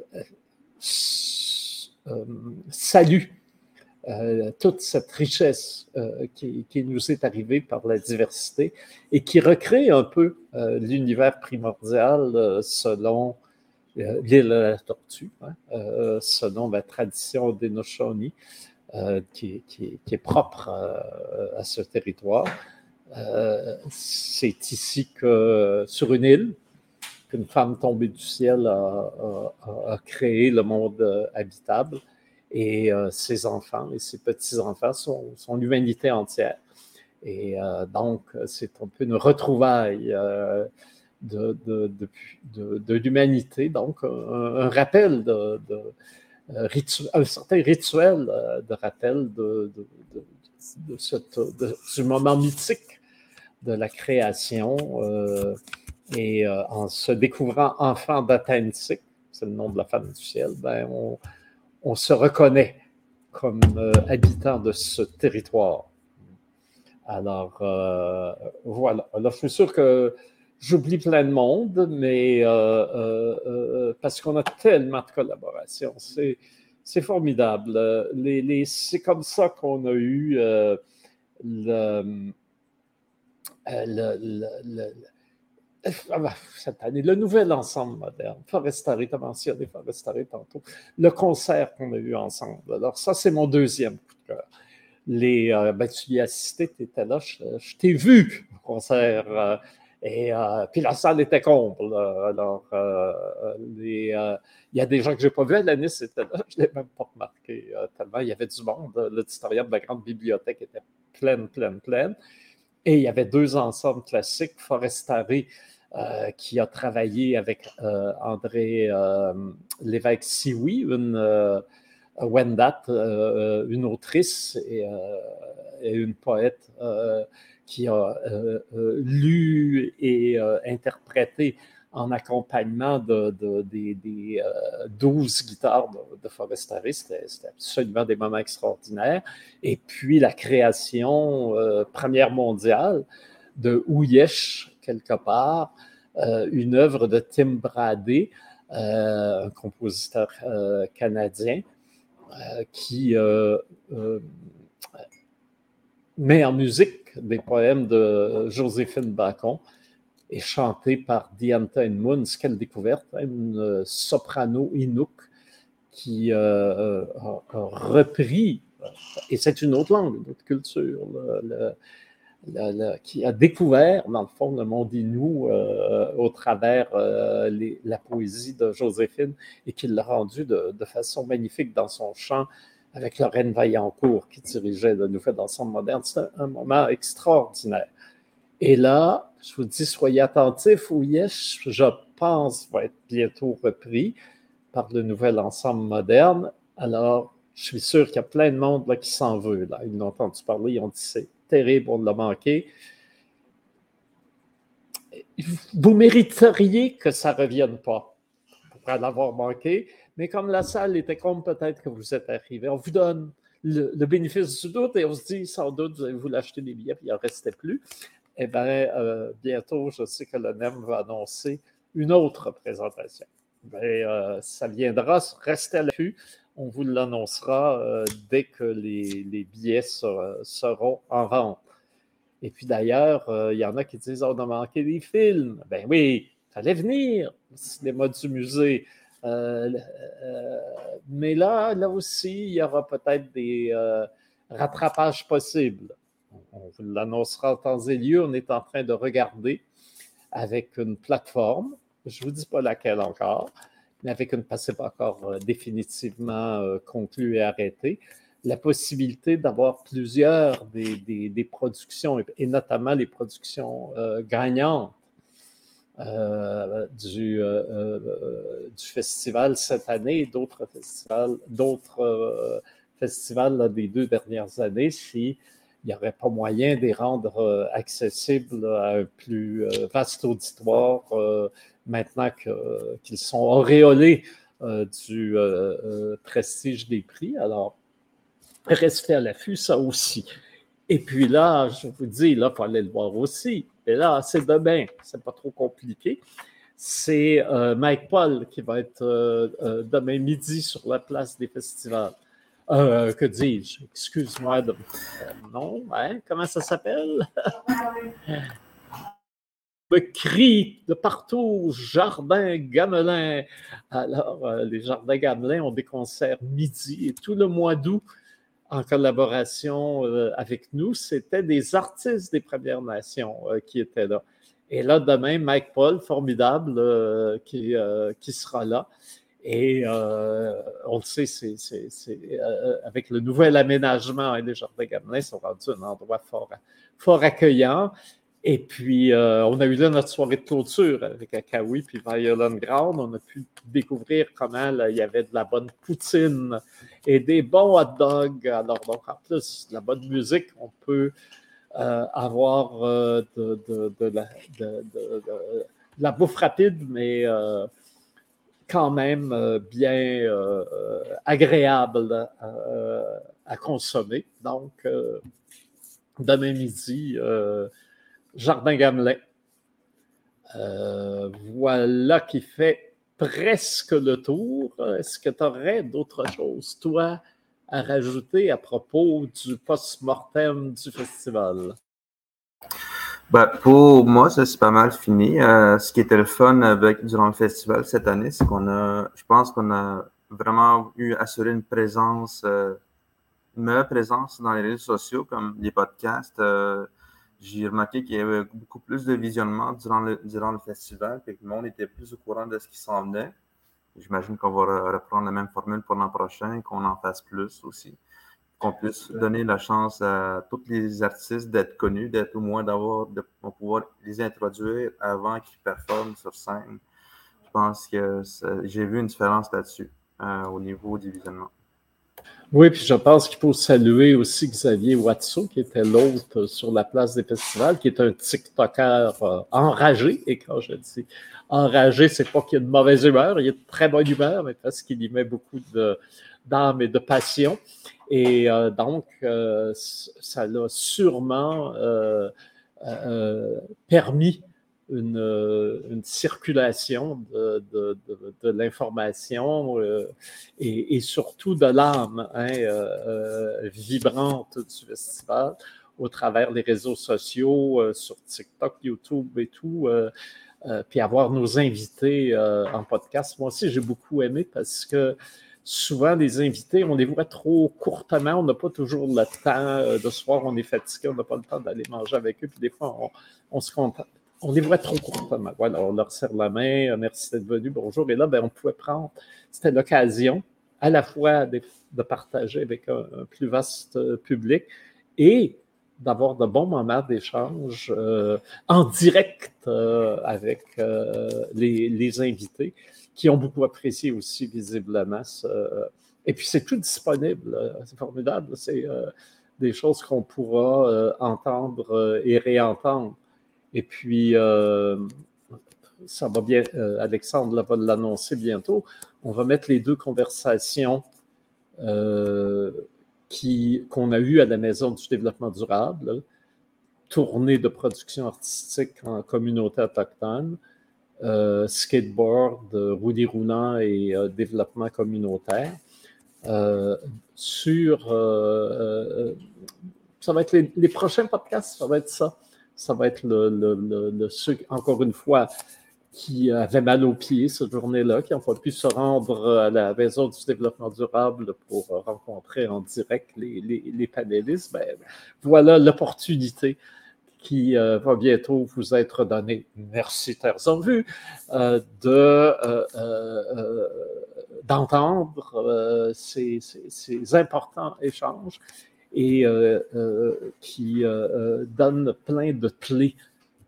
euh, saluent euh, toute cette richesse euh, qui, qui nous est arrivée par la diversité et qui recrée un peu euh, l'univers primordial euh, selon euh, l'île de la Tortue, hein, euh, selon la tradition des Noshoni, euh, qui, qui, qui, est propre euh, à ce territoire. Euh, c'est ici que, sur une île, qu'une femme tombée du ciel a, a, a créé le monde euh, habitable et euh, ses enfants et ses petits-enfants sont, sont l'humanité entière. Et euh, donc, c'est un peu une retrouvaille euh, de, de, de, de, de l'humanité, donc un, un rappel de, de Ritu- un certain rituel euh, de rappel de, de, de, de cette, de, du moment mythique de la création euh, et euh, en se découvrant enfant d'Atlantique, c'est le nom de la femme du ciel, ben on, on se reconnaît comme euh, habitant de ce territoire. Alors, euh, voilà. Alors, je suis sûr que j'oublie plein de monde, mais euh, euh, euh, parce qu'on a tellement de collaborations, c'est, c'est formidable. Les, les, c'est comme ça qu'on a eu euh, le, le, le, le, cette année, le nouvel ensemble moderne. Forestari, tu as mentionné Forestari tantôt. Le concert qu'on a eu ensemble. Alors, ça, c'est mon deuxième coup de cœur. Les, euh, ben, tu y as assisté, tu étais là, je, je t'ai vu au concert. Euh, et euh, puis la salle était comble. Là, alors, euh, les, euh, il y a des gens que je n'ai pas vus à l'année, c'était là, je ne l'ai même pas remarqué euh, tellement il y avait du monde. L'auditorium de la grande bibliothèque était pleine, pleine, pleine. Et il y avait deux ensembles classiques, Forestari, euh, qui a travaillé avec euh, André euh, Lévesque-Sioui, une euh, Wendat, euh, une autrice et, euh, et une poète euh, qui a euh, euh, lu et euh, interprété en accompagnement de, de, des, des euh, douze guitares de, de Forestari. C'était, c'était absolument des moments extraordinaires. Et puis la création euh, première mondiale de Ouyesh, quelque part, euh, une œuvre de Tim Bradé, euh, un compositeur euh, canadien, euh, qui euh, euh, met en musique des poèmes de Joséphine Bacon et chanté par Diantha Moons. Quelle découverte, hein, une soprano Inuk qui euh, a, a repris, et c'est une autre langue, une autre culture, le, le, le, le, qui a découvert, dans le fond, le monde Innu euh, au travers euh, les, la poésie de Joséphine et qui l'a rendu de, de façon magnifique dans son chant avec Lorraine Vaillancourt qui dirigeait le Nouvel Ensemble moderne. C'était un moment extraordinaire. Et là, je vous dis, soyez attentifs, Ouyesh, je pense, va être bientôt repris par le Nouvel Ensemble moderne. Alors, je suis sûr qu'il y a plein de monde là, qui s'en veut. Là. Ils l'ont entendu parler, ils ont dit c'est terrible, on l'a manqué. Vous mériteriez que ça ne revienne pas pour l'avoir manqué, mais comme la salle était comme peut-être que vous êtes arrivé, on vous donne le, le bénéfice du doute et on se dit sans doute vous allez vous l'acheter des billets puis il n'en restait plus. Eh bien, euh, bientôt, je sais que le N E M va annoncer une autre présentation. Mais euh, ça viendra, restez à l'affût. On vous l'annoncera euh, dès que les, les billets ser, seront en vente. Et puis d'ailleurs, euh, il y en a qui disent oh, on a manqué des films. Ben oui, il fallait venir au cinéma du musée. Euh, euh, mais là, là aussi, il y aura peut-être des euh, rattrapages possibles. On vous l'annoncera en temps et lieu. On est en train de regarder avec une plateforme. Je ne vous dis pas laquelle encore, mais avec une, parce que c'est pas encore euh, définitivement euh, conclu et arrêté, la possibilité d'avoir plusieurs des, des, des productions, et, et notamment les productions euh, gagnantes euh, du, euh, euh, du festival cette année, d'autres festivals, d'autres euh, festivals là, des deux dernières années, s'il n'y aurait pas moyen de les rendre euh, accessibles à un plus euh, vaste auditoire euh, maintenant que, qu'ils sont auréolés euh, du euh, euh, prestige des prix. Alors, restez à l'affût, ça aussi. Et puis là, je vous dis, là, il faut aller le voir aussi. Et là, c'est demain, c'est pas trop compliqué. C'est euh, Mike Paul qui va être euh, euh, demain midi sur la place des festivals. Euh, que dis-je? Excuse-moi. De... Euh, non, hein? Comment ça s'appelle? Me crie de partout, Jardin Gamelin. Alors, euh, les Jardins Gamelin ont des concerts midi et tout le mois d'août, en collaboration euh, avec nous, c'était des artistes des Premières Nations euh, qui étaient là. Et là, demain, Mike Paul, formidable, euh, qui, euh, qui sera là. Et euh, on le sait, c'est, c'est, c'est, euh, avec le nouvel aménagement, hein, les Jardins Gamelin sont rendus un endroit fort, fort accueillant. Et puis, euh, on a eu là notre soirée de clôture avec Akawi puis Violent Ground. On a pu découvrir comment là, il y avait de la bonne poutine et des bons hot dogs. Alors, donc, en plus de la bonne musique, on peut euh, avoir euh, de, de, de, la, de, de, de, de la bouffe rapide, mais euh, quand même euh, bien euh, agréable euh, à consommer. Donc, euh, demain midi, euh, Jardin Gamelin. Euh, voilà qui fait presque le tour. Est-ce que tu aurais d'autres choses, toi, à rajouter à propos du post-mortem du festival? Ben, pour moi, ça c'est pas mal fini. Euh, ce qui était le fun avec durant le festival cette année, c'est qu'on a, je pense qu'on a vraiment eu assuré une présence, euh, une meilleure présence dans les réseaux sociaux comme les podcasts. Euh, j'ai remarqué qu'il y avait beaucoup plus de visionnement durant le, durant le festival, et que le monde était plus au courant de ce qui s'en venait. J'imagine qu'on va reprendre la même formule pour l'an prochain, qu'on en fasse plus aussi, qu'on puisse donner la chance à tous les artistes d'être connus, d'être au moins d'avoir, de, de pouvoir les introduire avant qu'ils performent sur scène. Je pense que j'ai vu une différence là-dessus euh, au niveau du visionnement. Oui, puis je pense qu'il faut saluer aussi Xavier Watso, qui était l'autre sur la place des festivals, qui est un TikToker euh, enragé. Et quand je dis enragé, c'est pas qu'il y a de mauvaise humeur, il y a de très bonne humeur, mais parce qu'il y met beaucoup de, d'âme et de passion. Et euh, donc, euh, ça l'a sûrement euh, euh, permis une, une circulation de, de, de, de l'information euh, et, et surtout de l'âme hein, euh, vibrante du festival au travers des réseaux sociaux, euh, sur TikTok, YouTube et tout. Euh, euh, puis avoir nos invités euh, en podcast. Moi aussi, j'ai beaucoup aimé parce que souvent, les invités, on les voit trop courtement, on n'a pas toujours le temps. De soir, on est fatigué, on n'a pas le temps d'aller manger avec eux. Puis des fois, on, on se contente. On les voit trop courtement. Voilà, on leur serre la main, merci d'être venu, bonjour. Et là, ben, on pouvait prendre, c'était l'occasion à la fois de, de partager avec un, un plus vaste public et d'avoir de bons moments d'échange euh, en direct euh, avec euh, les, les invités qui ont beaucoup apprécié aussi visiblement. Ce, et puis c'est tout disponible, c'est formidable, c'est euh, des choses qu'on pourra euh, entendre euh, et réentendre. Et puis, euh, ça va bien, euh, Alexandre va l'annoncer bientôt, on va mettre les deux conversations euh, qui, qu'on a eues à la Maison du développement durable, là, tournée de production artistique en communauté autochtone, euh, skateboard, roulis roulants et euh, développement communautaire, euh, sur... Euh, euh, ça va être les, les prochains podcasts, ça va être ça. Ça va être le, le, le, le ceux, encore une fois, qui avaient mal aux pieds cette journée-là, qui n'ont pas pu se rendre à la Maison du développement durable pour rencontrer en direct les, les, les panélistes. Ben, voilà l'opportunité qui euh, va bientôt vous être donnée, merci Terres en vue, euh, de, euh, euh, d'entendre euh, ces, ces, ces importants échanges et euh, euh, qui euh, donnent plein de clés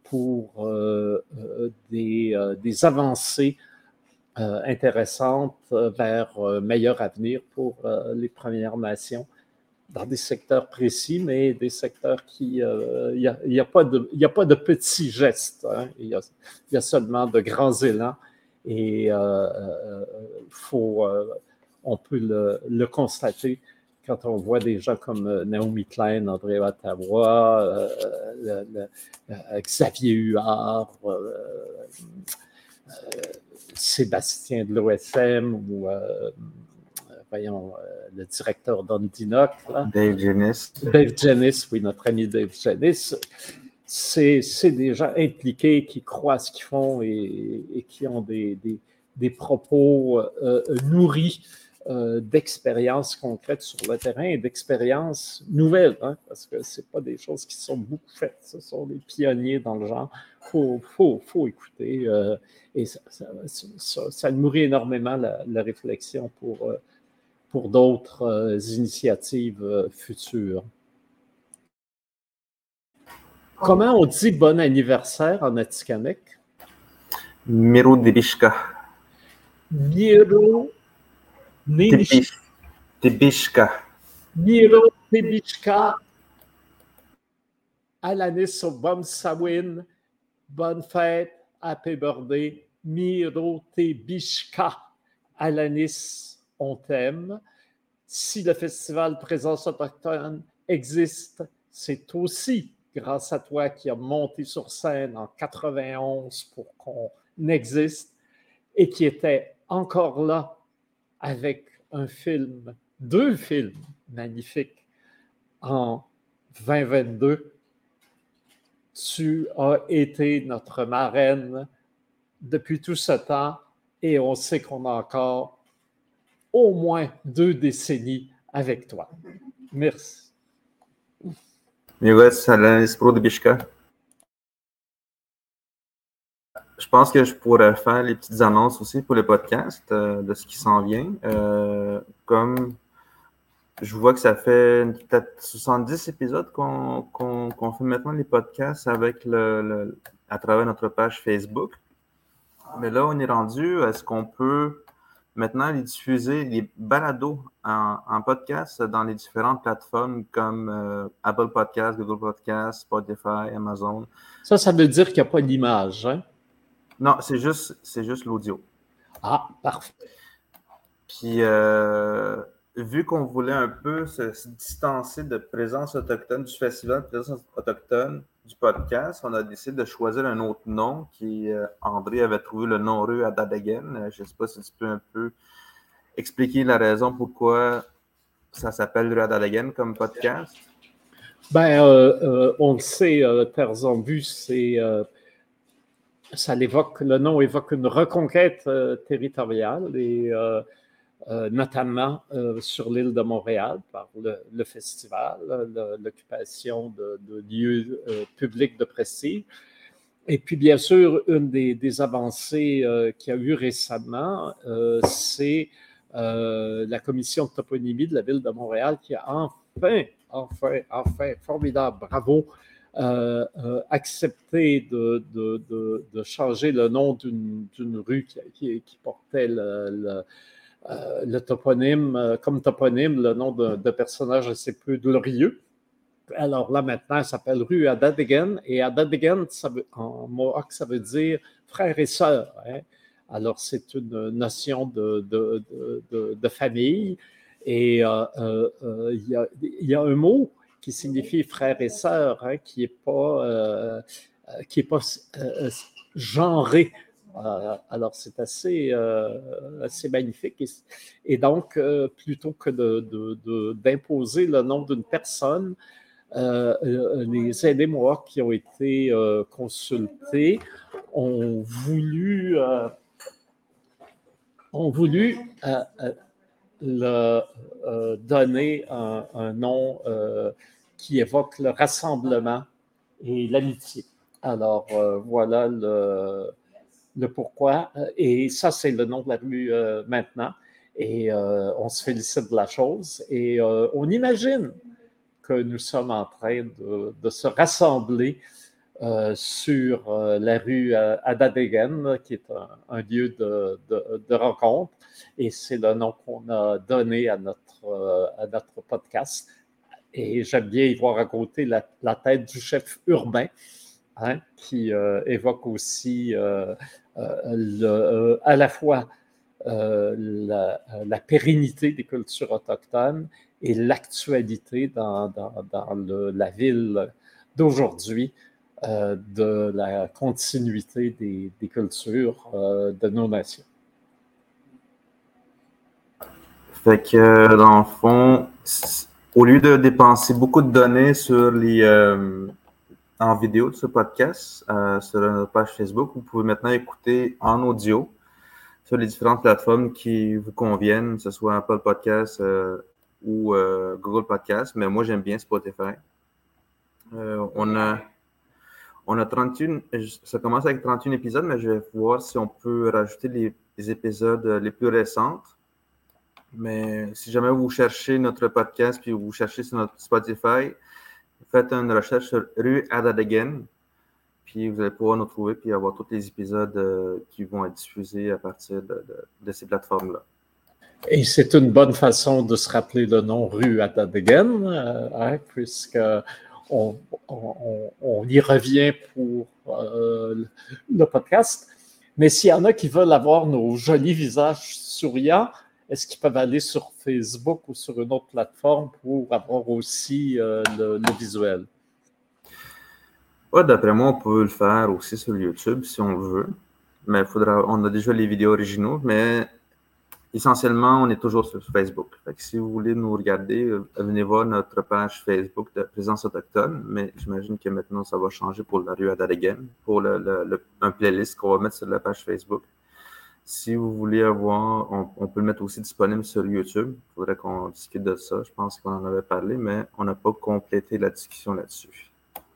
pour euh, euh, des, euh, des avancées euh, intéressantes vers un meilleur avenir pour euh, les Premières Nations dans des secteurs précis, mais des secteurs qui... Il euh, n'y a, y a, pas de, y a pas de petits gestes, hein. Il y a, y a seulement de grands élans et euh, euh, faut, euh, on peut le, le constater quand on voit des gens comme Naomi Klein, André Ottawa, euh, le, le, euh, Xavier Huard, euh, euh, Sébastien de l'O S M ou euh, voyons, euh, le directeur d'Ondinoc. Dave Jennis. Dave Jennis, oui, notre ami Dave Jennis. C'est, c'est des gens impliqués qui croient à ce qu'ils font et, et qui ont des, des, des propos euh, nourris euh, d'expériences concrètes sur le terrain et d'expériences nouvelles, hein, parce que ce pas des choses qui sont beaucoup faites, ce sont des pionniers dans le genre. Il faut, faut, faut écouter euh, et ça, ça, ça, ça nourrit énormément la, la réflexion pour, euh, pour d'autres euh, initiatives euh, futures. Comment on dit bon anniversaire en Atikamekw? Miro Tibishka. Miro Tibishka. Miro Tibishka. Alanis Obam Sawin. Bonne fête. Happy birthday. Miro Tibishka. Alanis, on t'aime. Si le festival Présence autochtone existe, c'est aussi grâce à toi qui a monté sur scène en quatre-vingt-onze pour qu'on existe et qui était encore là avec un film, deux films magnifiques en vingt vingt-deux. Tu as été notre marraine depuis tout ce temps et on sait qu'on a encore au moins deux décennies avec toi. Merci. Miigwech, Alanis Pro Tibishka. Je pense que je pourrais faire les petites annonces aussi pour le podcast euh, de ce qui s'en vient. Euh, comme je vois que ça fait peut-être soixante-dix épisodes qu'on, qu'on, qu'on fait maintenant les podcasts avec le, le, à travers notre page Facebook. Mais là, on est rendu, est-ce qu'on peut maintenant les diffuser, les balados en, en podcast dans les différentes plateformes comme euh, Apple Podcasts, Google Podcasts, Spotify, Amazon. Ça, ça veut dire qu'il n'y a pas d'image, hein? Non, c'est juste, c'est juste l'audio. Ah, parfait. Puis, euh, vu qu'on voulait un peu se, se distancer de Présence autochtone, du festival Présence autochtone, du podcast, on a décidé de choisir un autre nom qui, euh, André avait trouvé le nom Rue à Dadagen. Je ne sais pas si tu peux un peu expliquer la raison pourquoi ça s'appelle Rue à Dadagen comme podcast. Ben, euh, euh, on le sait, euh, Terres en vue, c'est, euh, ça l'évoque, le nom évoque une reconquête euh, territoriale et euh, Euh, notamment euh, sur l'île de Montréal par le, le festival, le, l'occupation de, de lieux euh, publics de prestige. Et puis, bien sûr, une des, des avancées euh, qu'il y a eu récemment, euh, c'est euh, la commission de toponymie de la ville de Montréal qui a enfin, enfin, enfin, formidable, bravo, euh, euh, accepté de, de, de, de changer le nom d'une, d'une rue qui, qui, qui portait le, le Euh, le toponyme, euh, comme toponyme, le nom de, de personnage assez peu glorieux. Alors là, maintenant, ça s'appelle rue Adadigan. Et Adadigan, ça veut, en mohawk, ça veut dire frère et sœur. Hein? Alors, c'est une notion de, de, de, de, de famille. Et euh, euh, il, y a, il y a un mot qui signifie frère et sœur, hein, qui n'est pas, euh, qui est pas euh, genré. Euh, alors, c'est assez, euh, assez magnifique. Et, et donc, euh, plutôt que de, de, de, d'imposer le nom d'une personne, euh, les aînés mohawks qui ont été euh, consultés ont voulu, euh, ont voulu euh, euh, le, euh, donner un, un nom euh, qui évoque le rassemblement et l'amitié. Alors, euh, voilà le... le pourquoi. Et ça, c'est le nom de la rue euh, maintenant. Et euh, on se félicite de la chose. Et euh, on imagine que nous sommes en train de, de se rassembler euh, sur euh, la rue euh, Adadegen, qui est un, un lieu de, de, de rencontre. Et c'est le nom qu'on a donné à notre, euh, à notre podcast. Et j'aime bien y voir à côté la, la tête du chef urbain, hein, qui euh, évoque aussi euh, euh, le, euh, à la fois euh, la, la pérennité des cultures autochtones et l'actualité dans, dans, dans le, la ville d'aujourd'hui, euh, de la continuité des, des cultures euh, de nos nations. Fait que, dans le fond, au lieu de dépenser beaucoup de données sur les, euh, en vidéo de ce podcast, euh, sur notre page Facebook, vous pouvez maintenant écouter en audio sur les différentes plateformes qui vous conviennent, que ce soit Apple Podcast euh, ou euh, Google Podcast, mais moi j'aime bien Spotify. Euh, on a on a trente et un, ça commence avec trente et un épisodes, mais je vais voir si on peut rajouter les, les épisodes les plus récents. Mais si jamais vous cherchez notre podcast puis vous cherchez sur notre Spotify, faites une recherche sur Rue Adadegen, puis vous allez pouvoir nous trouver puis avoir tous les épisodes euh, qui vont être diffusés à partir de, de, de ces plateformes-là. Et c'est une bonne façon de se rappeler le nom Rue Adadegen, euh, hein, puisque on, on, on, y revient pour euh, le podcast. Mais s'il y en a qui veulent avoir nos jolis visages souriants, est-ce qu'ils peuvent aller sur Facebook ou sur une autre plateforme pour avoir aussi euh, le, le visuel? Ouais, d'après moi, on peut le faire aussi sur YouTube si on veut. Mais faudra, on a déjà les vidéos originaux, mais essentiellement, on est toujours sur Facebook. Fait que si vous voulez nous regarder, venez voir notre page Facebook de Présence autochtone, mais j'imagine que maintenant, ça va changer pour la rue Adadegen, pour le, le, le, un playlist qu'on va mettre sur la page Facebook. Si vous voulez avoir, on, on peut le mettre aussi disponible sur YouTube. Il faudrait qu'on discute de ça. Je pense qu'on en avait parlé, mais on n'a pas complété la discussion là-dessus.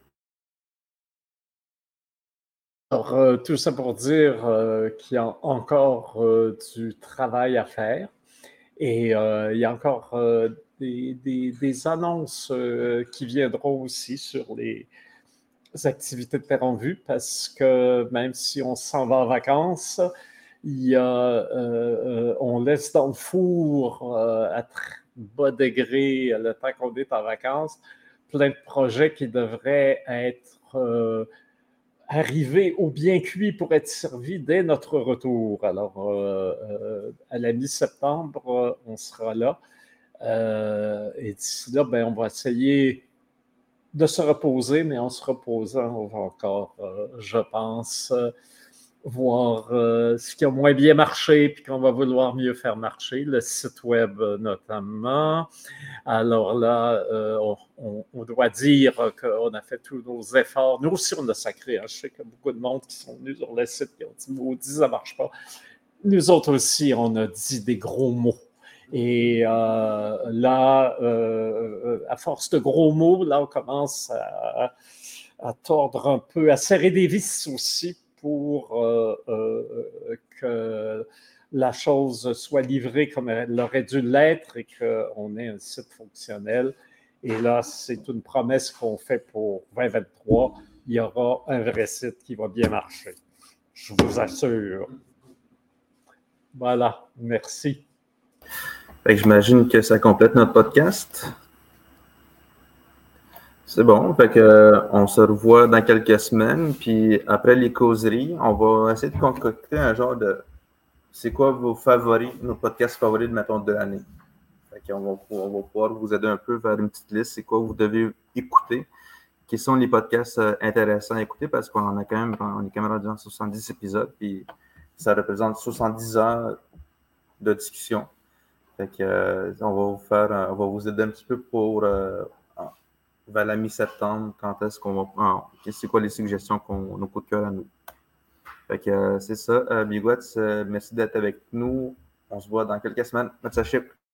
Alors, euh, tout ça pour dire euh, qu'il y a encore euh, du travail à faire et euh, il y a encore euh, des, des, des annonces euh, qui viendront aussi sur les activités de Terre en Vue parce que même si on s'en va en vacances, il y a, euh, on laisse dans le four euh, à très bas degré le temps qu'on est en vacances plein de projets qui devraient être euh, arriver au bien cuit pour être servi dès notre retour. Alors, euh, euh, à la mi-septembre, on sera là. Euh, et d'ici là, ben, on va essayer de se reposer, mais en se reposant, on va encore, euh, je pense, euh, voir euh, ce qui a moins bien marché puis qu'on va vouloir mieux faire marcher, le site web notamment. Alors là, euh, on, on doit dire qu'on a fait tous nos efforts. Nous aussi, on a sacré. Hein. Je sais qu'il y a beaucoup de monde qui sont venus sur le site qui ont dit « maudit, ça ne marche pas ». Nous autres aussi, on a dit des gros mots. Et euh, là, euh, à force de gros mots, là, on commence à, à tordre un peu, à serrer des vis aussi pour euh, euh, que la chose soit livrée comme elle aurait dû l'être et qu'on ait un site fonctionnel. Et là, c'est une promesse qu'on fait pour vingt vingt-trois. Il y aura un vrai site qui va bien marcher. Je vous assure. Voilà, merci. Fait que j'imagine que ça complète notre podcast. C'est bon, fait que, euh, on se revoit dans quelques semaines, puis après les causeries, on va essayer de concocter un genre de... C'est quoi vos favoris, nos podcasts favoris, mettons, de l'année? Fait qu'on va, on va pouvoir vous aider un peu vers une petite liste, c'est quoi vous devez écouter, quels sont les podcasts intéressants à écouter, parce qu'on en a quand même, on est quand même rendu dans soixante-dix épisodes, puis ça représente soixante-dix heures de discussion. Fait que, euh, on va vous faire, on va vous aider un petit peu pour... Euh, vers la mi-septembre, quand est-ce qu'on va... Ah, c'est quoi les suggestions, qu'on, nos coups de cœur à nous. Fait que euh, c'est ça. Euh, Miigwetz, euh, merci d'être avec nous. On se voit dans quelques semaines. Matsaship.